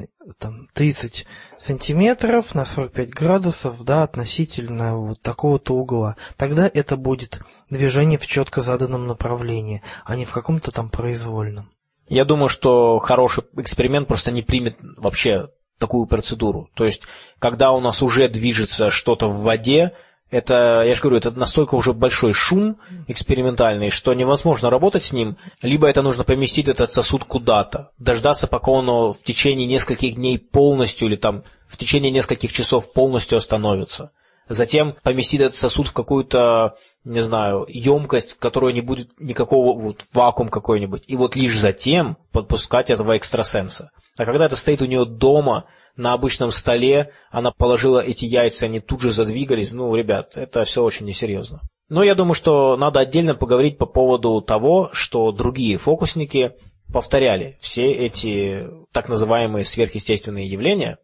30 сантиметров, на 45 градусов, относительно такого-то угла. Тогда это будет движение в четко заданном направлении, а не в каком-то произвольном. Я думаю, что хороший эксперимент просто не примет вообще такую процедуру. То есть, когда у нас уже движется что-то в воде, это, я же говорю, это настолько уже большой шум экспериментальный, что невозможно работать с ним, либо это нужно поместить этот сосуд куда-то, дождаться, пока он в течение нескольких дней полностью или в течение нескольких часов полностью остановится. Затем поместить этот сосуд в какую-то, не знаю, емкость, в которой не будет никакого вакуум какой-нибудь, и лишь затем подпускать этого экстрасенса. А когда это стоит у нее дома, на обычном столе, она положила эти яйца, они тут же задвигались. Ребят, это все очень несерьезно. Но я думаю, что надо отдельно поговорить по поводу того, что другие фокусники повторяли все эти так называемые сверхъестественные явления.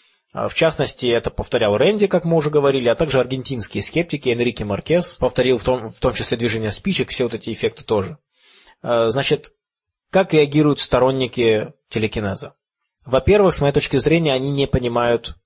В частности, это повторял Рэнди, как мы уже говорили, а также аргентинские скептики, Энрике Маркес повторил в том числе движение спичек, все эти эффекты тоже. Значит, как реагируют сторонники телекинеза? Во-первых, с моей точки зрения, они не понимают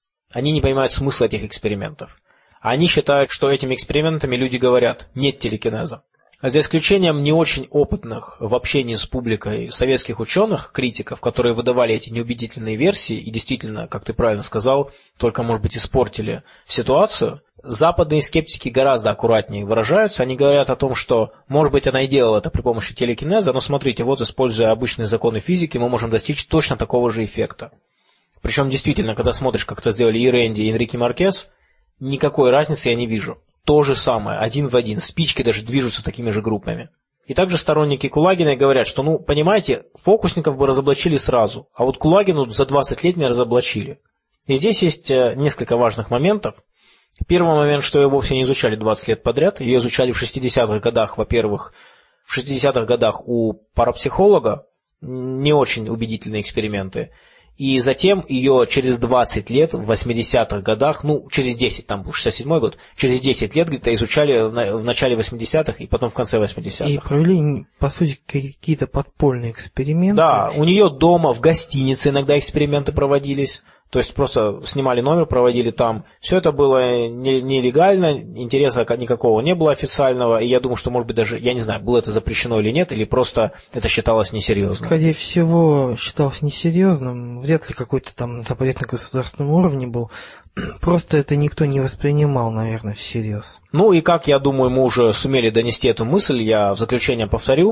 смысла этих экспериментов. Они считают, что этими экспериментами люди говорят «нет телекинеза». За исключением не очень опытных в общении с публикой советских ученых, критиков, которые выдавали эти неубедительные версии и действительно, как ты правильно сказал, только, может быть, испортили ситуацию, западные скептики гораздо аккуратнее выражаются. Они говорят о том, что, может быть, она и делала это при помощи телекинеза, но смотрите, используя обычные законы физики, мы можем достичь точно такого же эффекта. Причем, действительно, когда смотришь, как это сделали и Рэнди, и Энрике Маркес, никакой разницы я не вижу. То же самое, один в один, спички даже движутся такими же группами. И также сторонники Кулагиной говорят, что, понимаете, фокусников бы разоблачили сразу, а Кулагину за 20 лет не разоблачили. И здесь есть несколько важных моментов. Первый момент, что ее вовсе не изучали 20 лет подряд, ее изучали в 60-х годах, во-первых, в 60-х годах у парапсихолога, не очень убедительные эксперименты, и затем ее через 20 лет, в 80-х годах, через 10, там был 67-й год, через 10 лет где-то изучали в начале 80-х и потом в конце 80-х. И провели, по сути, какие-то подпольные эксперименты. Да, у нее дома, в гостинице иногда эксперименты проводились. То есть просто снимали номер, проводили там. Все это было нелегально, интереса никакого не было официального. И я думаю, что, может быть, даже, я не знаю, было это запрещено или нет, или просто это считалось несерьезным. Скорее всего, считалось несерьезным. Вряд ли какой-то запрет на государственном уровне был. Просто это никто не воспринимал, наверное, всерьез. И как, я думаю, мы уже сумели донести эту мысль, я в заключение повторю.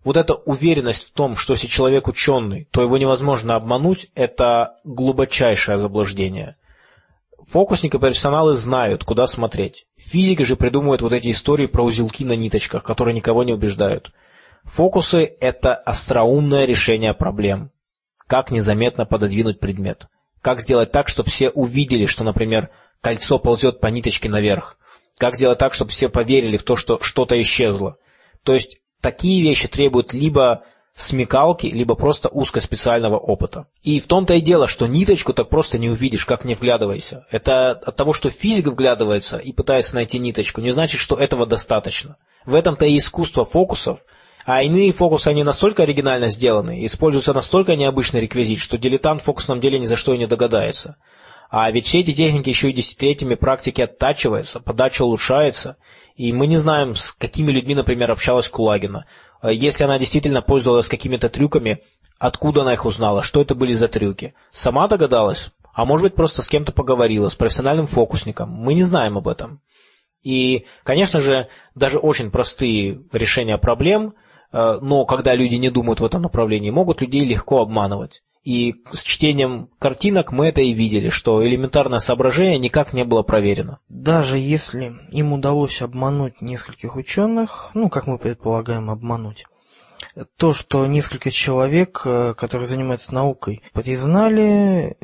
Вот эта уверенность в том, что если человек ученый, то его невозможно обмануть, это глубочайшее заблуждение. Фокусники и профессионалы знают, куда смотреть. Физики же придумывают вот эти истории про узелки на ниточках, которые никого не убеждают. Фокусы – это остроумное решение проблем. Как незаметно пододвинуть предмет. Как сделать так, чтобы все увидели, что, например, кольцо ползет по ниточке наверх. Как сделать так, чтобы все поверили в то, что что-то исчезло. То есть такие вещи требуют либо смекалки, либо просто узкоспециального опыта. И в том-то и дело, что ниточку так просто не увидишь, как не вглядывайся. Это от того, что физик вглядывается и пытается найти ниточку, не значит, что этого достаточно. В этом-то и искусство фокусов. А иные фокусы, они настолько оригинально сделаны, используется настолько необычный реквизит, что дилетант в фокусном деле ни за что и не догадается. А ведь все эти техники еще и десятилетиями практики оттачиваются, подача улучшается, и мы не знаем, с какими людьми, например, общалась Кулагина. Если она действительно пользовалась какими-то трюками, откуда она их узнала, что это были за трюки? Сама догадалась? А может быть, просто с кем-то поговорила, с профессиональным фокусником? Мы не знаем об этом. И, конечно же, даже очень простые решения проблем, но когда люди не думают в этом направлении, могут людей легко обманывать. И с чтением картинок мы это и видели, что элементарное соображение никак не было проверено. Даже если им удалось обмануть нескольких ученых, как мы предполагаем обмануть, то, что несколько человек, которые занимаются наукой, признали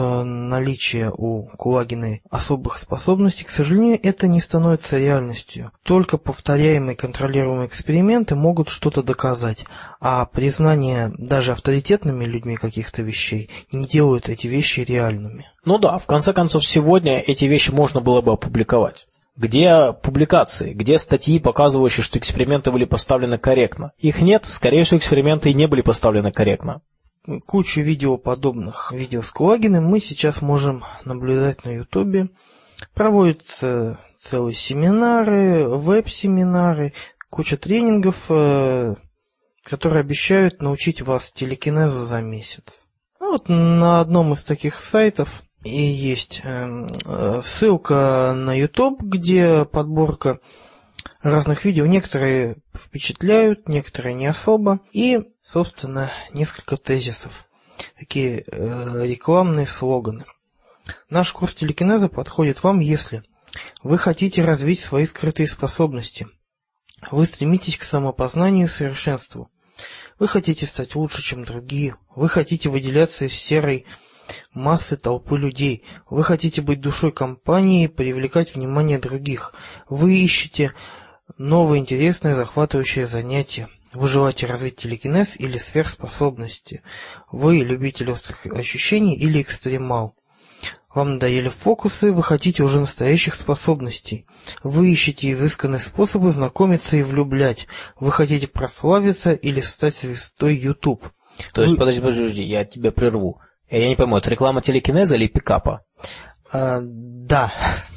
наличие у Кулагиной особых способностей, к сожалению, это не становится реальностью. Только повторяемые контролируемые эксперименты могут что-то доказать, а признание даже авторитетными людьми каких-то вещей не делают эти вещи реальными. Ну да, в конце концов, сегодня эти вещи можно было бы опубликовать. Где публикации, где статьи, показывающие, что эксперименты были поставлены корректно? Их нет, скорее всего, эксперименты и не были поставлены корректно. Кучу подобных видео с Кулагиным мы сейчас можем наблюдать на Ютубе. Проводятся целые семинары, веб-семинары, куча тренингов, которые обещают научить вас телекинезу за месяц. Вот на одном из таких сайтов и есть ссылка на YouTube, где подборка разных видео. Некоторые впечатляют, некоторые не особо. И, собственно, несколько тезисов. Такие рекламные слоганы. Наш курс телекинеза подходит вам, если вы хотите развить свои скрытые способности. Вы стремитесь к самопознанию и совершенству. Вы хотите стать лучше, чем другие. Вы хотите выделяться из серой массы толпы людей. Вы хотите быть душой компании и привлекать внимание других. Вы ищете новые, интересные, захватывающие занятия. Вы желаете развить телекинез или сверхспособности. Вы любитель острых ощущений или экстремал. Вам надоели фокусы, вы хотите уже настоящих способностей. Вы ищете изысканные способы знакомиться и влюблять. Вы хотите прославиться или стать звездой YouTube. То есть, подожди, я тебя прерву. Я не пойму, это реклама телекинеза или пикапа? Да.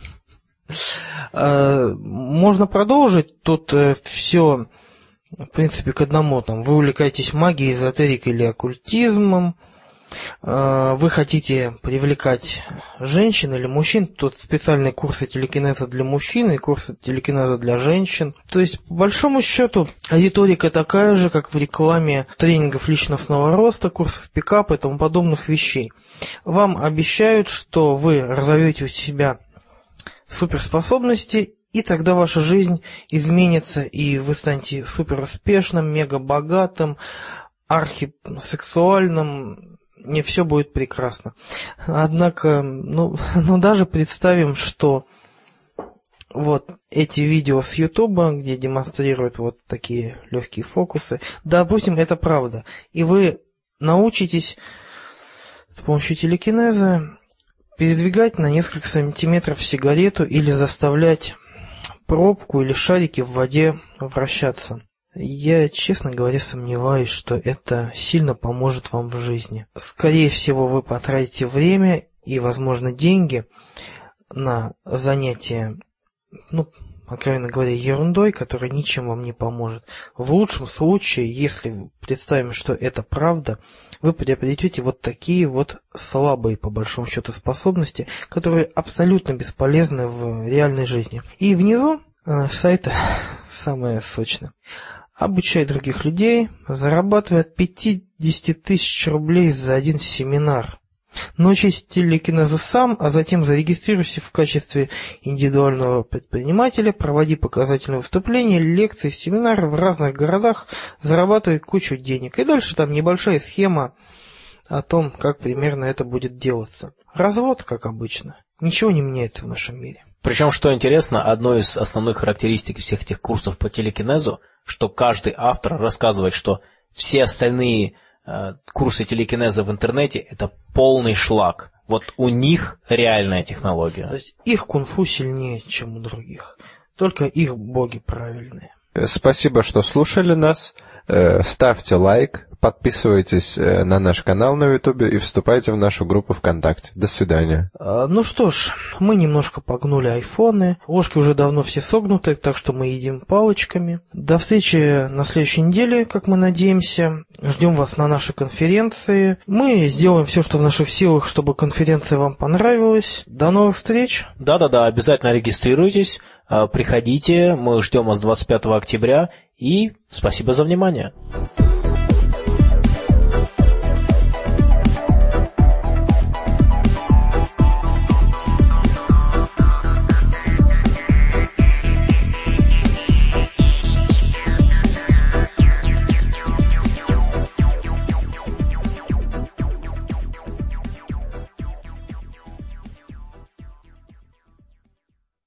Можно продолжить. Тут все, в принципе, к одному. Вы увлекаетесь магией, эзотерикой или оккультизмом. Вы хотите привлекать женщин или мужчин. Тут специальные курсы телекинеза для мужчин и курсы телекинеза для женщин. То есть, по большому счету, риторика такая же, как в рекламе тренингов личностного роста, курсов пикапа и тому подобных вещей. Вам обещают, что вы разовьете у себя суперспособности, и тогда ваша жизнь изменится, и вы станете суперуспешным, мегабогатым, архисексуальным, и все будет прекрасно. Однако, даже представим, что вот эти видео с Ютуба, где демонстрируют вот такие легкие фокусы, допустим, это правда, и вы научитесь с помощью телекинеза передвигать на несколько сантиметров сигарету или заставлять пробку или шарики в воде вращаться. Я, честно говоря, сомневаюсь, что это сильно поможет вам в жизни. Скорее всего, вы потратите время и, возможно, деньги на занятия, откровенно говоря, ерундой, которая ничем вам не поможет. В лучшем случае, если представим, что это правда, вы приобретете вот такие вот слабые, по большому счету, способности, которые абсолютно бесполезны в реальной жизни. И внизу сайта самое сочное. обучай других людей, зарабатывая от 50 тысяч рублей за один семинар. Научись телекинезу сам, а затем зарегистрируйся в качестве индивидуального предпринимателя, проводи показательные выступления, лекции, семинары в разных городах, зарабатывай кучу денег. И дальше там небольшая схема о том, как примерно это будет делаться. Развод, как обычно. Ничего не меняется в нашем мире. Причем, что интересно, одной из основных характеристик всех этих курсов по телекинезу, что каждый автор рассказывает, что все остальные курсы телекинеза в интернете – это полный шлак. Вот у них реальная технология. То есть их кунг-фу сильнее, чем у других. Только их боги правильные. Спасибо, что слушали нас. Ставьте лайк, подписывайтесь на наш канал на YouTube и вступайте в нашу группу ВКонтакте. До свидания. Ну что ж, мы немножко погнули айфоны. Ложки уже давно все согнуты, так что мы едим палочками. До встречи на следующей неделе, как мы надеемся. Ждем вас на нашей конференции. Мы сделаем все, что в наших силах, чтобы конференция вам понравилась. До новых встреч. Да-да-да, обязательно регистрируйтесь, приходите, мы ждем вас 25 октября, и спасибо за внимание.